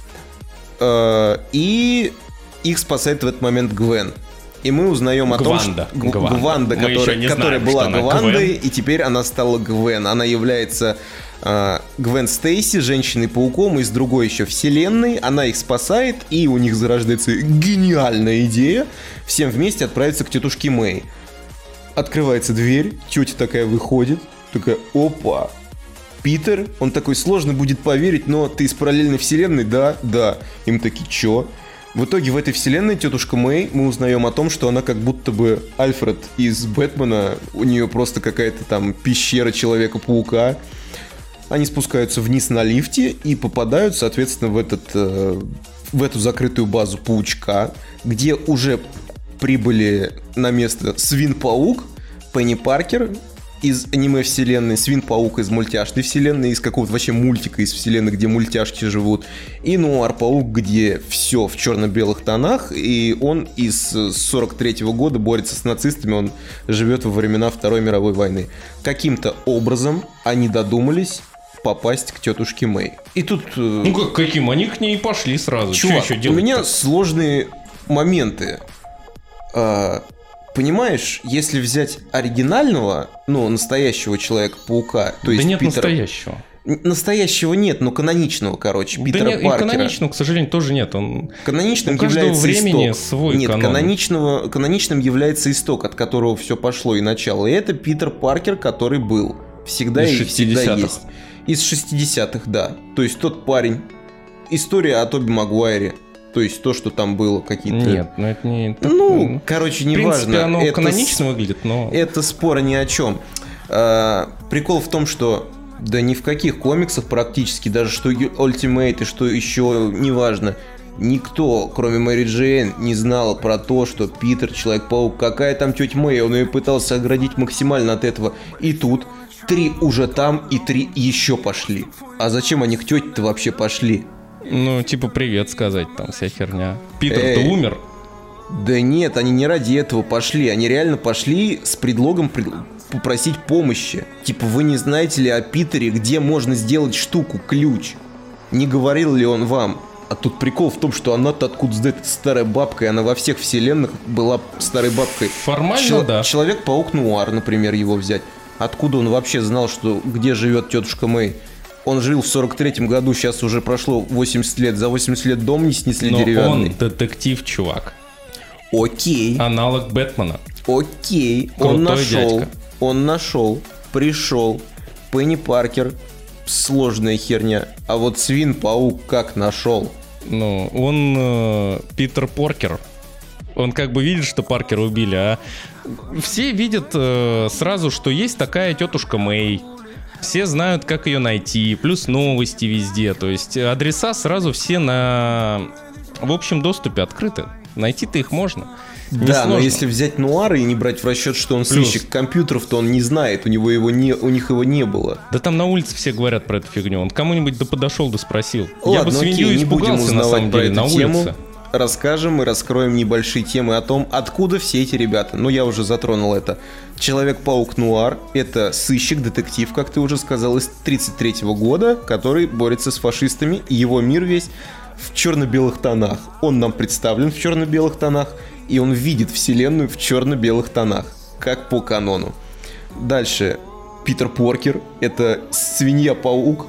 S2: и их спасает в этот момент Гвен. И мы узнаем о том, что Гванда,
S1: Мы еще не
S2: которая
S1: знаем,
S2: была
S1: что она
S2: Гвандой,
S1: Гвен.
S2: и теперь она стала Гвен. Она является Гвен Стейси, Женщиной-пауком из другой еще вселенной. Она их спасает, и у них зарождается гениальная идея всем вместе отправиться к тетушке Мэй. Открывается дверь, тетя такая выходит, такая: опа, Питер, он такой: сложно будет поверить, но ты из параллельной вселенной? Да, да. Им такие: чё? В итоге в этой вселенной тетушка Мэй, мы узнаем о том, что она как будто бы Альфред из Бэтмена, у нее просто какая-то там пещера Человека-паука. Они спускаются вниз на лифте и попадают, соответственно, в эту закрытую базу паучка, где уже прибыли на место Свин-паук, Пенни Паркер из аниме-вселенной, Свин-паук из мультяшной вселенной, из какого-то вообще мультика из вселенной, где мультяшки живут, и Нуар-паук, где все в черно-белых тонах, и он из 43-го года борется с нацистами, он живет во времена Второй мировой войны. Каким-то образом они додумались попасть к тетушке Мэй. И тут...
S1: Ну как, каким? Они к ней пошли сразу.
S2: Чувак,
S1: Что еще
S2: у
S1: делать?
S2: меня сложные моменты. Понимаешь, если взять оригинального, ну, настоящего Человека-паука, то есть
S1: Да нет
S2: Питера...
S1: настоящего.
S2: Настоящего нет, но каноничного, короче, Питера
S1: Да нет, и
S2: Паркера.
S1: каноничного, к сожалению, тоже нет. Он...
S2: Каноничным
S1: У каждого
S2: является
S1: времени
S2: исток.
S1: свой
S2: Нет,
S1: канон.
S2: каноничным является исток, от которого все пошло и начало. И это Питер Паркер, который был. Всегда
S1: Из
S2: и всегда
S1: 60-х.
S2: есть. Из 60-х, да. То есть тот парень. История о Тоби Магуайре. То есть то, что там было, какие-то...
S1: Нет, ну это не...
S2: Ну, короче,
S1: в
S2: неважно.
S1: принципе, оно
S2: Это
S1: канонично выглядит, но...
S2: Это спор ни о чем. Прикол в том, что да ни в каких комиксах практически, даже что Ultimate и что еще, неважно, никто, кроме Мэри Джейн, не знал про то, что Питер Человек-паук. Какая там тетя Мэй, он ее пытался оградить максимально от этого. И тут 3 уже там, и 3 еще пошли. А зачем они к тете-то вообще пошли?
S1: Ну, типа, привет сказать, там вся херня. Питер-то умер.
S2: Да нет, они не ради этого пошли. Они реально пошли с предлогом попросить помощи. Типа, вы не знаете ли о Питере, где можно сделать штуку, ключ? Не говорил ли он вам? А тут прикол в том, что она-то откуда знает, старая бабка, и она во всех вселенных была старой бабкой.
S1: Формально, да.
S2: Человек-паук Нуар, например, его взять. Откуда он вообще знал, что где живет тетушка Мэй? Он жил в 43-м году, сейчас уже прошло 80 лет. За 80 лет дом не снесли
S1: Но
S2: деревянный.
S1: он детектив, чувак.
S2: Окей.
S1: Аналог Бэтмена.
S2: Окей,
S1: Крутой дядька.
S2: Он нашел, пришел. Пенни Паркер, сложная херня. А вот Свин-паук как нашел?
S1: Ну, он Питер Поркер. Он как бы видит, что Паркера убили, а все видят сразу, что есть такая тетушка Мэй. Все знают, как ее найти, плюс новости везде. То есть адреса сразу все в общем доступе открыты. Найти-то их можно.
S2: Да, но если взять Нуара и не брать в расчет, что он сыщик компьютеров, то он не знает, у них его не было.
S1: Да там на улице все говорят про эту фигню. Он кому-нибудь да подошел, да спросил.
S2: Ладно,
S1: Я бы свинью
S2: окей, не будем
S1: испугался, на
S2: узнавать
S1: самом
S2: про
S1: деле,
S2: эту
S1: на
S2: тему.
S1: улице.
S2: Расскажем и раскроем небольшие темы о том, откуда все эти ребята. Ну, я уже затронул это. Человек-паук Нуар — это сыщик-детектив, как ты уже сказал, из 1933 года, который борется с фашистами. Его мир весь в черно-белых тонах. Он нам представлен в черно-белых тонах, и он видит вселенную в черно-белых тонах, как по канону. Дальше Питер Поркер, это свинья-паук,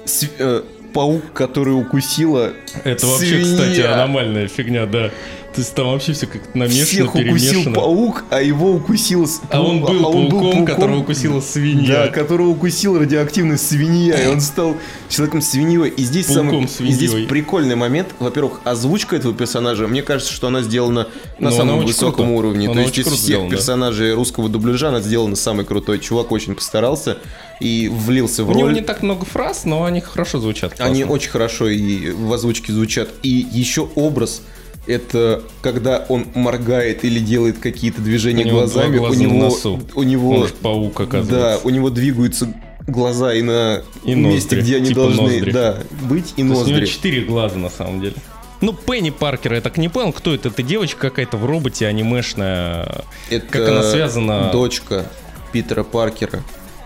S2: паук, который укусила
S1: Это вообще,
S2: свинья.
S1: кстати, аномальная фигня, да. То есть там вообще все как-то намешано,
S2: Всех укусил
S1: перемешано.
S2: паук, а его укусила...
S1: А он был пауком, которого укусила свинья.
S2: Да, которого укусила радиоактивная свинья, и он стал человеком-свиньей. И здесь
S1: Пауком-свиньей.
S2: и здесь прикольный момент. Во-первых, озвучка этого персонажа, мне кажется, что она сделана на
S1: Но
S2: самом
S1: она очень
S2: высоком
S1: круто.
S2: уровне.
S1: Она
S2: То есть
S1: очень
S2: из
S1: круто
S2: всех
S1: сделана, да.
S2: персонажей русского дубляжа она сделана самый крутой. Чувак очень постарался и влился в
S1: У него
S2: роль.
S1: не так много фраз, но они хорошо звучат.
S2: Они
S1: классно.
S2: очень хорошо и в озвучке звучат. И еще образ. Это когда он моргает или делает какие-то движения
S1: У него
S2: глазами,
S1: два глаза на носу.
S2: у него,
S1: Он же паук, оказывается.
S2: да, у него двигаются глаза и на
S1: И
S2: месте,
S1: ноздри,
S2: где они
S1: типа
S2: должны,
S1: ноздри.
S2: да, быть, и
S1: То есть у него
S2: ноздри.
S1: 4 глаза на самом деле. Ну, Пенни Паркер, я так не понял, кто это? Это девочка какая-то в роботе анимешная.
S2: Это
S1: как она связана?
S2: дочка Питера Паркера.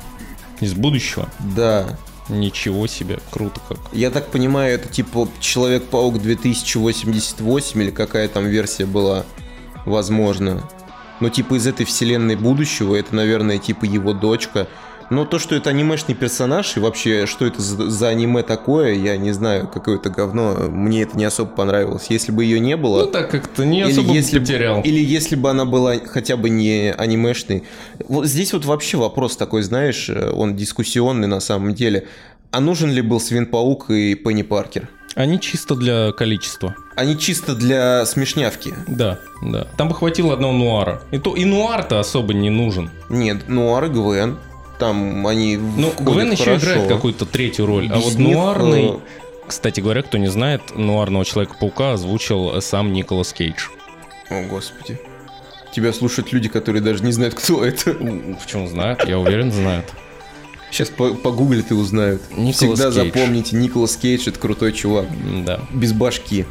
S1: Из будущего.
S2: Да.
S1: Ничего себе, круто как.
S2: Я так понимаю, это типа Человек-паук 2088 или какая там версия была, возможно. Но типа из этой вселенной будущего, это, наверное, типа его дочка. Но то, что это анимешный персонаж, и вообще, что это за аниме такое, я не знаю, какое-то говно. Мне это не особо понравилось. Если бы ее не было...
S1: Ну, так как-то не
S2: Или
S1: особо
S2: если,
S1: потерял.
S2: или если бы она была хотя бы не анимешной. Вот здесь вот вообще вопрос такой, знаешь, он дискуссионный на самом деле. А нужен ли был Свин-паук и Пенни Паркер?
S1: Они чисто для количества.
S2: Они чисто для смешнявки.
S1: Да, да. Там бы хватило одного нуара. И нуар-то особо не нужен.
S2: Нет, Нуар и Гвен. Там они
S1: Ну,
S2: входят
S1: Гвен еще
S2: хорошо.
S1: играет какую-то третью роль. А
S2: Без
S1: вот
S2: них,
S1: нуарный... Кстати говоря, кто не знает, нуарного Человека-паука озвучил сам Николас Кейдж.
S2: О, господи. Тебя слушают люди, которые даже не знают, кто это.
S1: Почему знают? Я уверен, знают.
S2: Сейчас погуглят и узнают.
S1: Николас
S2: Всегда
S1: Кейдж.
S2: запомните, Николас Кейдж — это крутой чувак.
S1: Да.
S2: Без башки.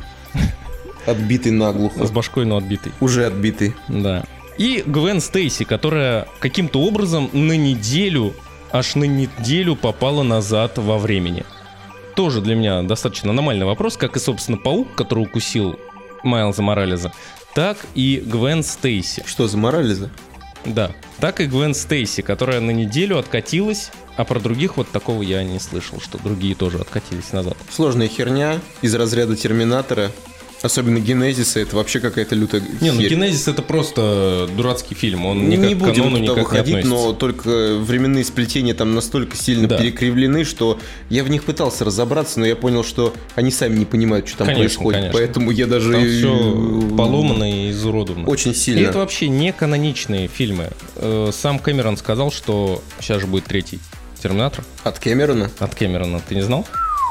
S2: Отбитый наглухо.
S1: С башкой, но отбитый.
S2: Уже отбитый.
S1: Да. И Гвен Стейси, которая каким-то образом на неделю, аж на неделю попала назад во времени. Тоже для меня достаточно аномальный вопрос, как и, собственно, паук, который укусил Майлза Моралеса, так и Гвен Стейси.
S2: Что за Моралеза?
S1: Да, так и Гвен Стейси, которая на неделю откатилась, а про других вот такого я не слышал, что другие тоже откатились назад.
S2: Сложная херня из разряда Терминатора. Особенно Генезиса, это вообще какая-то лютая
S1: Не, ну
S2: херь.
S1: Генезис это просто дурацкий фильм, он никак
S2: Не
S1: к
S2: будем
S1: канону
S2: туда
S1: никак не
S2: выходить,
S1: относится.
S2: но только временные сплетения там настолько сильно
S1: Да.
S2: перекривлены, что я в них пытался разобраться, но я понял, что они сами не понимают, что там
S1: Конечно,
S2: происходит.
S1: конечно.
S2: Поэтому я даже...
S1: Там все поломано и изуродовано.
S2: Очень
S1: И
S2: сильно.
S1: это вообще не каноничные фильмы. Сам Кэмерон сказал, что сейчас же будет третий Терминатор
S2: От Кэмерона
S1: от Кэмерона. Ты не знал?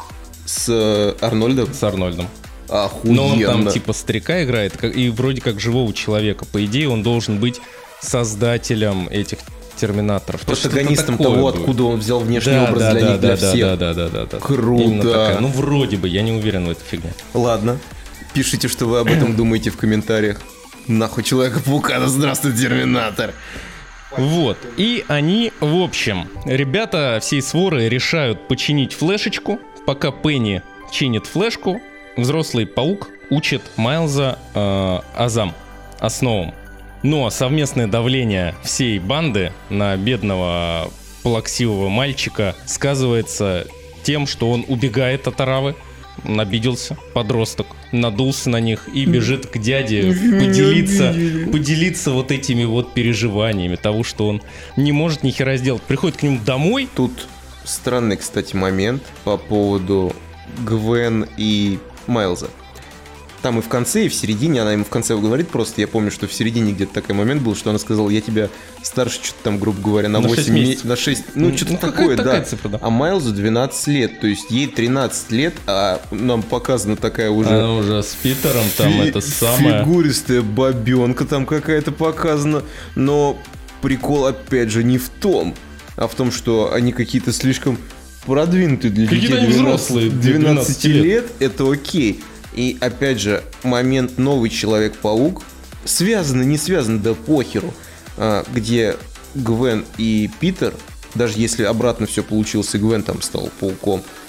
S2: с Арнольдом.
S1: С Арнольдом.
S2: Охуенно.
S1: Но он там типа старика играет, и вроде как живого человека. По идее, он должен быть создателем этих Терминаторов. То есть
S2: Протагонистом
S1: что-то такое
S2: того,
S1: будет.
S2: откуда он взял внешний
S1: Да,
S2: образ
S1: да,
S2: для
S1: да,
S2: них, для
S1: да,
S2: всех.
S1: да.
S2: Круто.
S1: Именно такая. Ну, вроде бы, я не уверен в этой фигне.
S2: Ладно. Пишите, что вы об этом думаете в комментариях. Нахуй Человека-паука, да здравствуй, Терминатор.
S1: Вот. И они, в общем, ребята всей своры решают починить флешечку. Пока Пенни чинит флешку, взрослый паук учит Майлза азам, основам. Но совместное давление всей банды на бедного плаксивого мальчика сказывается тем, что он убегает от оравы, обиделся, подросток, надулся на них и бежит к дяде поделиться вот этими вот переживаниями того, что он не может ни хера сделать. Приходит к нему домой.
S2: Тут странный, кстати, момент по поводу Гвен и Майлза. Там и в конце, и в середине, она ему в конце говорит просто, я помню, что в середине где-то такой момент был, что она сказала, я тебя старше, что-то там, грубо говоря, на
S1: 6
S2: 8
S1: месяцев.
S2: месяцев, на 6, ну, что-то
S1: какая-то
S2: такое,
S1: такая
S2: да.
S1: цифра, да.
S2: А Майлзу 12 лет, то есть ей 13 лет, а нам показана такая уже...
S1: Она уже с Питером там это самое.
S2: Фигуристая бабенка там какая-то показана, но прикол, опять же, не в том, а в том, что они какие-то слишком продвинутые для
S1: Какие-то
S2: детей
S1: они взрослые для
S2: 12
S1: 12 лет.
S2: лет, это окей. И опять же, момент новый Человек-паук, связано, не связано, да похеру, где Гвен и Питер, даже если обратно все получилось, и Гвен там стал пауком,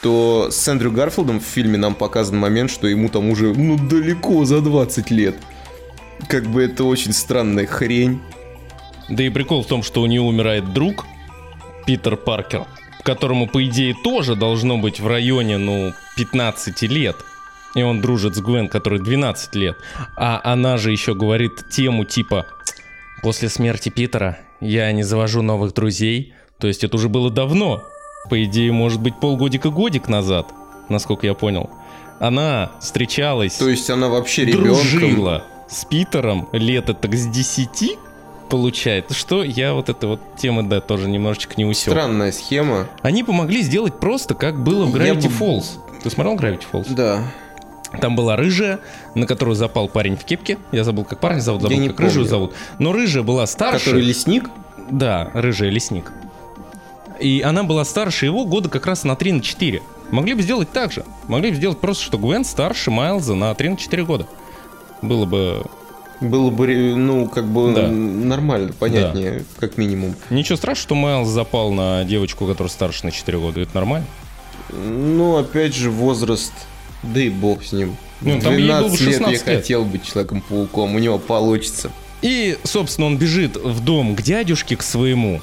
S2: то с Эндрю Гарфилдом в фильме нам показан момент, что ему там уже, далеко за 20 лет. Как бы это очень странная хрень.
S1: Да и прикол в том, что у него умирает друг, Питер Паркер, которому, по идее, тоже должно быть в районе, 15 лет. И он дружит с Гвен, которой 12 лет. А она же еще говорит тему типа: «После смерти Питера я не завожу новых друзей». То есть это уже было давно. По идее, может быть, полгодика-годик назад, насколько я понял. Она встречалась,
S2: То есть она вообще ребенком.
S1: дружила с Питером лет так с 10, получается, что я вот этой вот темы, да, тоже немножечко не усек.
S2: Странная схема.
S1: Они помогли сделать просто, как было в Gravity Falls. Ты смотрел Gravity Falls?
S2: Да.
S1: Там была рыжая, на которую запал парень в кепке. Я забыл, как парня зовут,
S2: Я не
S1: забыл, как рыжую
S2: помню.
S1: зовут. Но рыжая была старше.
S2: Который лесник?
S1: Да, рыжая лесник. И она была старше его года как раз на 3-4. Могли бы сделать так же. Могли бы сделать просто, что Гвен старше Майлза на 3-4 года. Было бы...
S2: Было бы,
S1: Да.
S2: нормально, понятнее, как минимум.
S1: Ничего страшного, что Майлз запал на девочку, которая старше на 4 года. Это нормально.
S2: Опять же, возраст, да и бог с ним.
S1: Ну, там ей было бы
S2: 12 лет
S1: 16
S2: я
S1: лет.
S2: хотел быть Человеком-пауком, у него получится.
S1: И, собственно, он бежит в дом к дядюшке, к своему.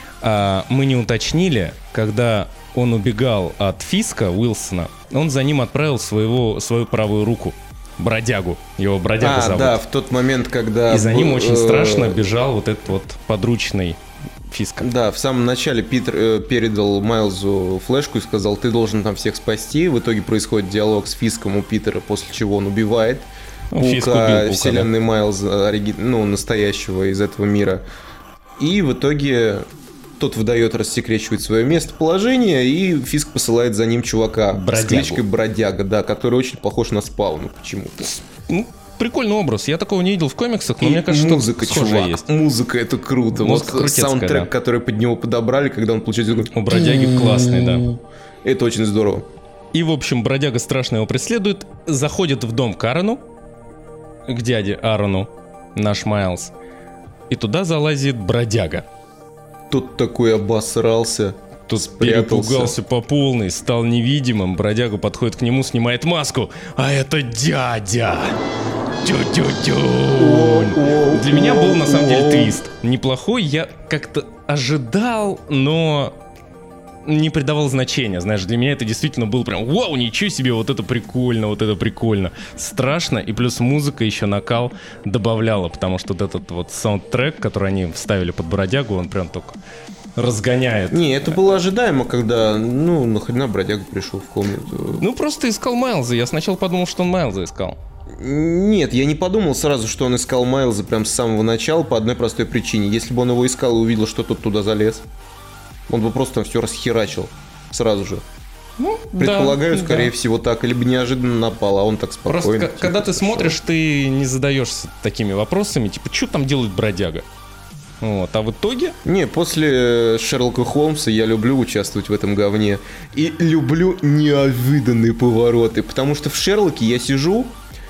S1: А мы не уточнили, когда он убегал от Фиска, Уилсона, он за ним отправил свою правую руку, бродягу. Его бродяга зовут.
S2: Да, в тот момент, когда...
S1: И за ним очень страшно бежал вот этот вот подручный Фиска.
S2: Да, в самом начале Питер передал Майлзу флешку и сказал: ты должен там всех спасти. В итоге происходит диалог с Фиском у Питера, после чего он убивает
S1: Фиск убил Паука,
S2: вселенной Майлза, настоящего из этого мира. И в итоге тот выдает, рассекречивает свое местоположение, и Фиск посылает за ним чувака
S1: Бродягу.
S2: с кличкой Бродяга, да, который очень похож на Спауна почему-то.
S1: Прикольный образ. Я такого не видел в комиксах, но
S2: И
S1: мне кажется,
S2: музыка,
S1: что схожее
S2: чувак,
S1: есть.
S2: музыка, это круто.
S1: Музыка
S2: Вот
S1: крутецкая,
S2: саундтрек,
S1: да.
S2: который под него подобрали, когда он получается такой...
S1: У бродяги классный, да.
S2: Это очень здорово.
S1: И, в общем, бродяга страшно его преследует, заходит в дом к Аарону, к дяде Аарону, наш Майлз, и туда залазит бродяга.
S2: Тот такой обосрался.
S1: Тут
S2: Спрятался.
S1: перепугался по полной, стал невидимым, бродяга подходит к нему, снимает маску, а это дядя! Тю-тю-тю! Для меня был на самом деле твист. Неплохой, я как-то ожидал, но не придавал значения. Знаешь, для меня это действительно было прям: вау, ничего себе, вот это прикольно, вот это прикольно. Страшно, и плюс музыка еще накал добавляла, потому что вот этот вот саундтрек, который они вставили под бродягу, он прям только разгоняет.
S2: Не, это было ожидаемо, когда, нахрена бродяга пришел в комнату.
S1: Ну, просто искал Майлза. Я сначала подумал, что он Майлза искал.
S2: Нет, я не подумал сразу, что он искал Майлза прям с самого начала по одной простой причине. Если бы он его искал и увидел, что тот туда залез, он бы просто все расхерачил сразу же.
S1: Ну,
S2: Предполагаю,
S1: да,
S2: скорее
S1: да.
S2: всего так, либо неожиданно напал, а он так спокойно.
S1: Просто
S2: типа,
S1: когда ты
S2: зашел.
S1: смотришь, ты не задаешься такими вопросами, типа, что там делает бродяга? Вот, а в итоге...
S2: Не, после Шерлока Холмса я люблю участвовать в этом говне. И люблю неожиданные повороты. Потому что в Шерлоке я сижу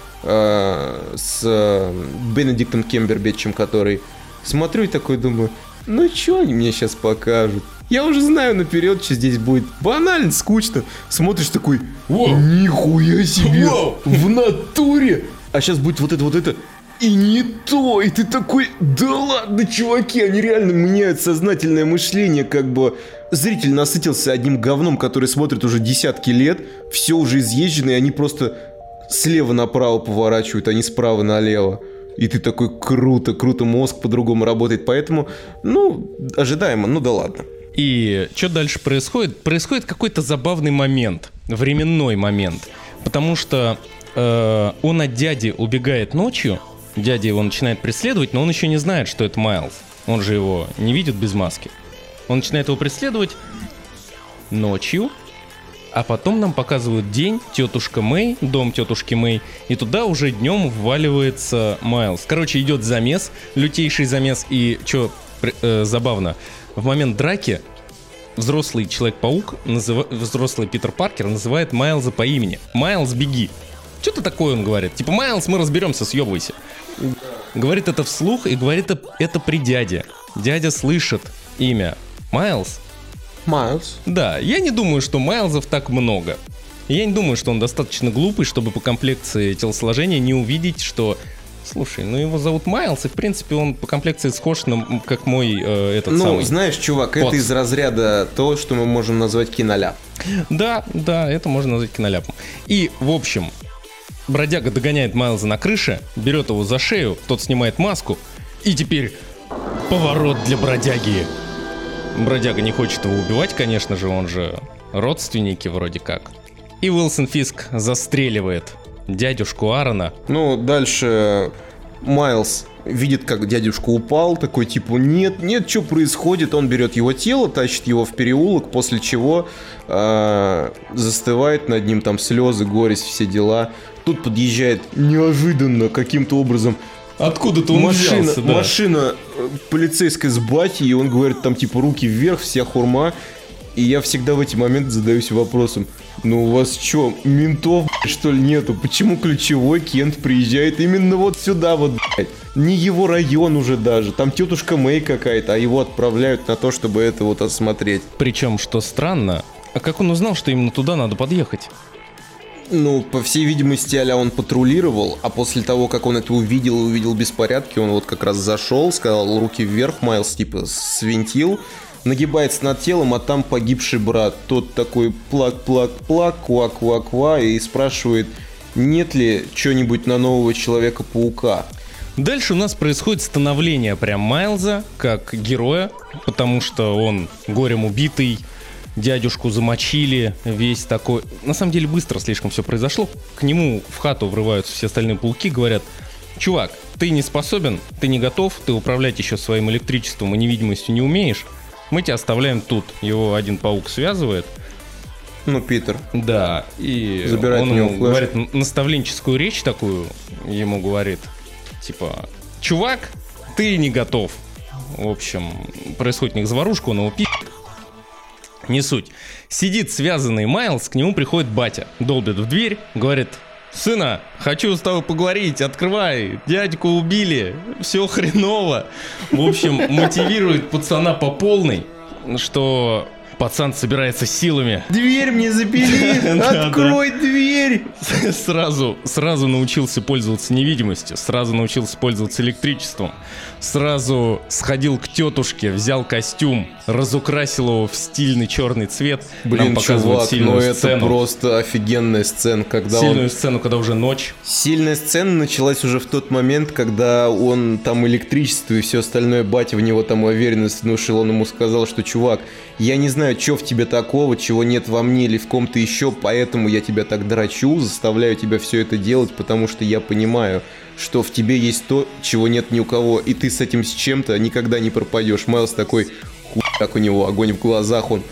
S2: с Бенедиктом Кембербэтчем, который... Смотрю и такой думаю: ну что они мне сейчас покажут? Я уже знаю наперед, что здесь будет. Банально, скучно. Смотришь такой: нихуя себе! В натуре! А сейчас будет вот это... И не то, и ты такой: да ладно, чуваки, они реально меняют сознательное мышление, как бы зритель насытился одним говном, который смотрит уже десятки лет, все уже изъезжено, и они просто слева направо поворачивают, а не справа налево. И ты такой: круто, мозг по-другому работает, поэтому, ожидаемо, да ладно.
S1: И что дальше происходит? Происходит какой-то забавный момент, временной момент. Потому что он от дяди убегает ночью, дядя его начинает преследовать, но он еще не знает, что это Майлз. Он же его не видит без маски. Он начинает его преследовать ночью, а потом нам показывают день, тетушка Мэй, дом тетушки Мэй, и туда уже днем вваливается Майлз. Короче, идет замес, лютейший замес, и что забавно, в момент драки взрослый Человек-паук, взрослый Питер Паркер называет Майлза по имени. Майлз, беги. Что-то такое он говорит. Типа: Майлз, мы разберемся, съебывайся. Говорит это вслух и говорит это при дяде. Дядя слышит имя Майлз
S2: Майлз.
S1: Да, я не думаю, что Майлзов так много. Я не думаю, что он достаточно глупый, чтобы по комплекции телосложения не увидеть, что... Слушай, ну его зовут Майлз, и в принципе он по комплекции схож на, как мой этот самый...
S2: Ну, знаешь, чувак, это из разряда того, что мы можем назвать киноляп.
S1: Да, это можно назвать киноляпом. И, в общем, бродяга догоняет Майлза на крыше, берет его за шею, тот снимает маску, и теперь поворот для бродяги. Бродяга не хочет его убивать, конечно же, он же родственники вроде как. И Уилсон Фиск застреливает дядюшку Аарона.
S2: Ну, дальше Майлз видит, как дядюшка упал, такой типа, нет, что происходит? Он берет его тело, тащит его в переулок, после чего застывает над ним, там слезы, горесть, все дела. Тут подъезжает неожиданно каким-то образом
S1: Откуда-то он взялся, да.
S2: Машина полицейская с батей, и он говорит там типа руки вверх, вся хурма. И я всегда в эти моменты задаюсь вопросом: ну у вас что, ментов, что ли, нету? Почему ключевой Кент приезжает именно вот сюда вот, блядь? Не его район уже даже, там тетушка Мэй какая-то, а его отправляют на то, чтобы это вот осмотреть.
S1: Причем, что странно, а как он узнал, что именно туда надо подъехать?
S2: Ну, по всей видимости, а-ля он патрулировал, а после того, как он это увидел беспорядки, он вот как раз зашел, сказал руки вверх, Майлз типа свинтил, нагибается над телом, а там погибший брат. Тот такой плак-плак-плак, ква-ква-ква, и спрашивает, нет ли чего-нибудь на нового Человека-паука.
S1: Дальше у нас происходит становление прям Майлза как героя, потому что он горем убитый, дядюшку замочили, весь такой... На самом деле быстро слишком все произошло. К нему в хату врываются все остальные пауки, говорят: чувак, ты не способен, ты не готов, ты управлять еще своим электричеством и невидимостью не умеешь, мы тебя оставляем тут. Его один паук связывает.
S2: Ну, Питер.
S1: Да, и
S2: забирает
S1: он
S2: у него
S1: ему
S2: флеш.
S1: говорит наставленческую речь такую, ему говорит, типа, чувак, ты не готов. В общем, происходит у них заварушка, он его пи***. Не суть. Сидит связанный Майлз, к нему приходит батя, долбит в дверь, говорит: сына, хочу с тобой поговорить, открывай, дядьку убили, все хреново. В общем, мотивирует пацана по полной, что пацан собирается силами.
S2: Дверь мне запили, открой дверь!
S1: Сразу научился пользоваться невидимостью, сразу научился пользоваться электричеством, сразу сходил к тетушке, взял костюм, разукрасил его в стильный черный цвет.
S2: Блин,
S1: нам показывают
S2: чувак,
S1: сильную
S2: ну
S1: сцену.
S2: это просто офигенная сцена, когда
S1: Сильную сцену, когда уже ночь.
S2: Сильная сцена началась уже в тот момент, когда он там электричество и все остальное, батя в него там уверенность внушил, он ему сказал, что чувак, я не знаю, что в тебе такого, чего нет во мне или в ком-то еще, поэтому я тебя так драчу, заставляю тебя все это делать, потому что я понимаю, что в тебе есть то, чего нет ни у кого, и ты с этим с чем-то никогда не пропадешь. Майлз такой, как у него огонь в глазах, он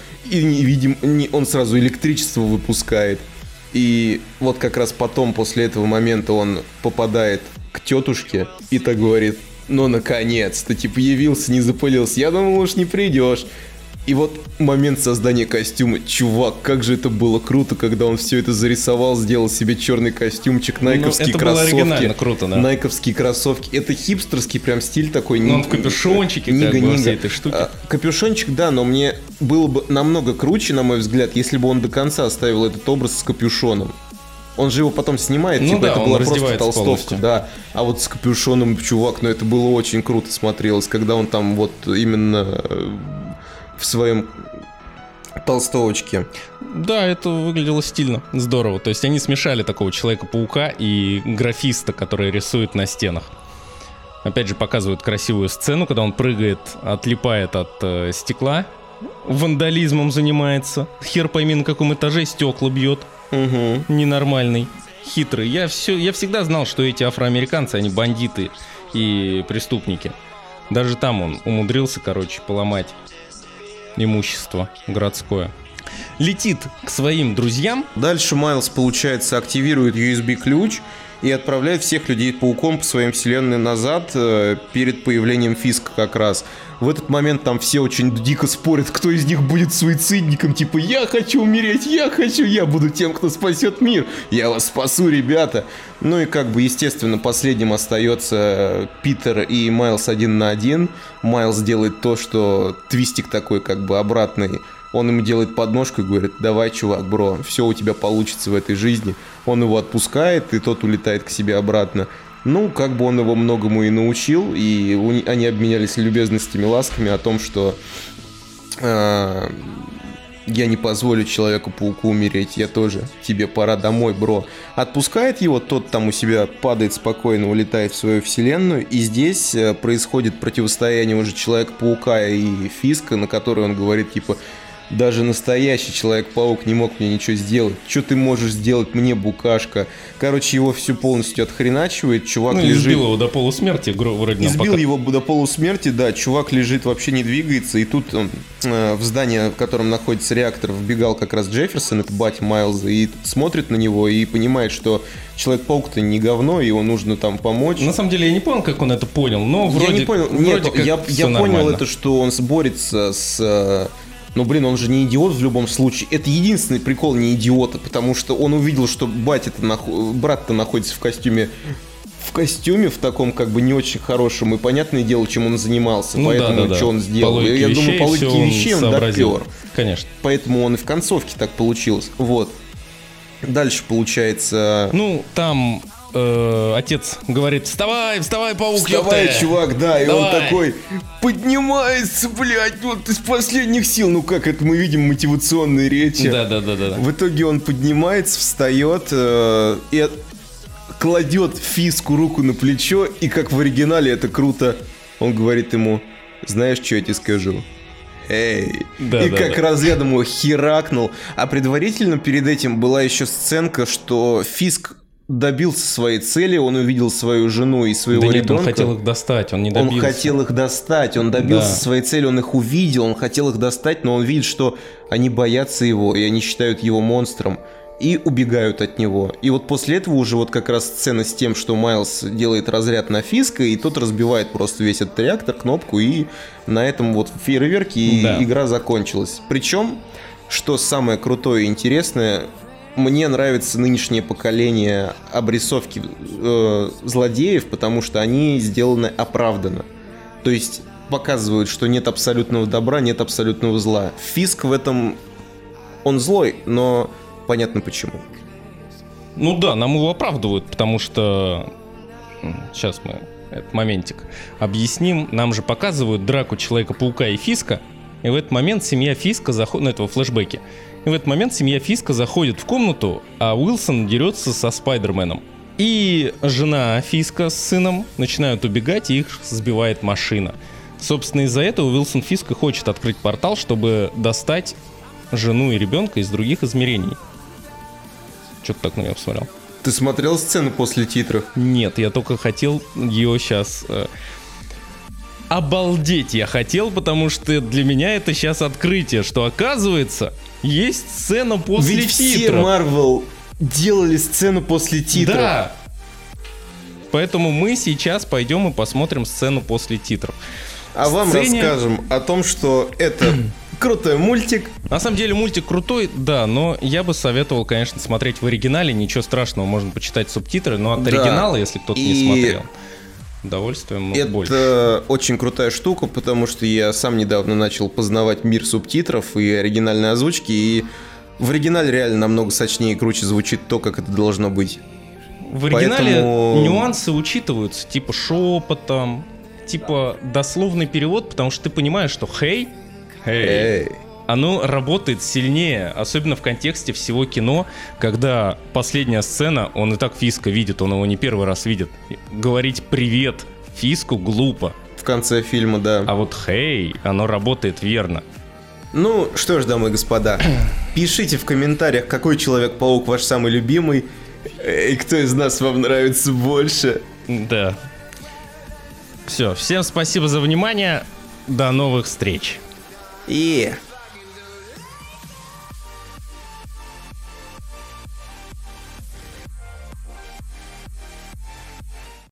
S2: сразу электричество выпускает. И вот как раз потом, после этого момента, он попадает к тетушке и так говорит: ну наконец-то, типа явился, не запылился, я думал, уж не придешь. И вот момент создания костюма. Чувак, как же это было круто, когда он все это зарисовал, сделал себе черный костюмчик, найковские
S1: это
S2: кроссовки.
S1: было оригинально круто, да.
S2: Найковские кроссовки. Это хипстерский прям стиль такой.
S1: Он в капюшончике, как бы, всей этой штуки.
S2: Капюшончик, да, но мне было бы намного круче, на мой взгляд, если бы он до конца оставил этот образ с капюшоном. Он же его потом снимает,
S1: ну
S2: типа
S1: да,
S2: это
S1: он
S2: была просто
S1: раздевается
S2: толстовка,
S1: полностью.
S2: да. А вот с капюшоном, чувак, ну это было очень круто смотрелось, когда он там вот именно в своем толстовочке.
S1: Да, это выглядело стильно, здорово. То есть они смешали такого Человека-паука и графиста, который рисует на стенах. Опять же, показывают красивую сцену, когда он прыгает, отлипает от стекла, вандализмом занимается. Хер пойми, на каком этаже стекла бьет.
S2: Угу.
S1: Ненормальный, хитрый. Я всегда знал, что эти афроамериканцы, они бандиты и преступники. Даже там он умудрился, поломать имущество городское. Летит к своим друзьям.
S2: Дальше Майлз, получается, активирует USB-ключ и отправляет всех людей-пауком по своим вселенным назад перед появлением Фиска как раз. В этот момент там все очень дико спорят, кто из них будет суицидником. Типа, я хочу умереть, я буду тем, кто спасет мир. Я вас спасу, ребята. Ну и как бы, естественно, последним остается Питер и Майлз один на один. Майлз делает то, что твистик такой как бы обратный. Он ему делает подножку и говорит: давай, чувак, бро, все у тебя получится в этой жизни. Он его отпускает, и тот улетает к себе обратно. Ну, как бы он его многому и научил, и они обменялись любезностями, ласками о том, что я не позволю Человеку-пауку умереть, я тоже, тебе пора домой, бро. Отпускает его, тот там у себя падает спокойно, улетает в свою вселенную, и здесь происходит противостояние уже Человека-паука и Фиска, на которое он говорит, типа: даже настоящий Человек-паук не мог мне ничего сделать. Что ты можешь сделать мне, букашка? Короче, его всю полностью отхреначивает. Чувак лежит...
S1: избил его до полусмерти, вроде нам
S2: Избил его до полусмерти, да. Чувак лежит, вообще не двигается. И тут в здание, в котором находится реактор, вбегал как раз Джефферсон, это батя Майлза, и смотрит на него и понимает, что Человек-паук-то не говно, и его нужно там помочь.
S1: На самом деле я не понял, как он это понял, но вроде...
S2: Я не понял. Нет,
S1: вроде
S2: я понял
S1: нормально.
S2: это, что он борется с... Ну, блин, он же не идиот в любом случае. Это единственный прикол не идиота, потому что он увидел, что брат-то находится в костюме, в таком как бы не очень хорошем, и понятное дело, чем он занимался,
S1: Ну,
S2: поэтому
S1: да.
S2: что он сделал.
S1: Я
S2: думаю, по логике вещей он допер.
S1: Конечно.
S2: Поэтому он и в концовке так получилось. Вот. Дальше получается...
S1: Ну, там отец говорит: вставай, паук,
S2: Вставай,
S1: ёпта!»
S2: чувак, да, и
S1: Давай.
S2: он такой поднимается, блядь, вот из последних сил. Ну как это мы видим, мотивационные речи.
S1: Да.
S2: В итоге он поднимается, встает и кладет Фиску руку на плечо, и как в оригинале это круто, он говорит ему: знаешь, что я тебе скажу? Эй. И как раз рядом его херакнул. А предварительно перед этим была еще сценка, что Фиск добился своей цели, он увидел свою жену и своего ребенка.
S1: Он хотел их достать, он не добился.
S2: Он хотел их достать, он добился своей цели, он их увидел, он хотел их достать, но он видит, что они боятся его, и они считают его монстром, и убегают от него. И вот после этого уже вот как раз сцена с тем, что Майлз делает разряд на Фиска, и тот разбивает просто весь этот реактор, кнопку, и на этом вот фейерверке игра закончилась. Причем, что самое крутое и интересное, мне нравится нынешнее поколение обрисовки злодеев, потому что они сделаны оправданно. То есть показывают, что нет абсолютного добра, нет абсолютного зла. Фиск в этом... Он злой, но понятно почему.
S1: Ну да, нам его оправдывают, потому что... Сейчас мы этот моментик объясним. Нам же показывают драку Человека-паука и Фиска, и в этот момент семья Фиска заходит... Ну, это во флешбеке. И в этот момент семья Фиска заходит в комнату, а Уилсон дерется со Спайдерменом. И жена Фиска с сыном начинают убегать, и их сбивает машина. Собственно, из-за этого Уилсон Фиск и хочет открыть портал, чтобы достать жену и ребенка из других измерений. Чё ты так на меня посмотрел?
S2: Ты смотрел сцену после титров?
S1: Нет, я только хотел ее сейчас... Обалдеть я хотел, потому что для меня это сейчас открытие, что оказывается есть сцена после
S2: Ведь все
S1: титров.
S2: Marvel делали сцену после титров.
S1: Да. Поэтому мы сейчас пойдем и посмотрим сцену после титров.
S2: А вам расскажем о том, что это крутой мультик.
S1: На самом деле мультик крутой, да, но я бы советовал, конечно, смотреть в оригинале. Ничего страшного, можно почитать субтитры, но от оригинала, если кто-то не смотрел, удовольствием больше.
S2: Это очень крутая штука, потому что я сам недавно начал познавать мир субтитров и оригинальной озвучки, и в оригинале реально намного сочнее и круче звучит то, как это должно быть.
S1: В оригинале нюансы учитываются, типа шепотом, типа дословный перевод, потому что ты понимаешь, что «хей», оно работает сильнее, особенно в контексте всего кино, когда последняя сцена, он и так Фиска видит, он его не первый раз видит. Говорить «привет» Фиску глупо.
S2: В конце фильма, да.
S1: А вот «хей», оно работает верно.
S2: Ну, что ж, дамы и господа, пишите в комментариях, какой Человек-паук ваш самый любимый, и кто из нас вам нравится больше.
S1: Да. Все, всем спасибо за внимание, до новых встреч.
S2: И...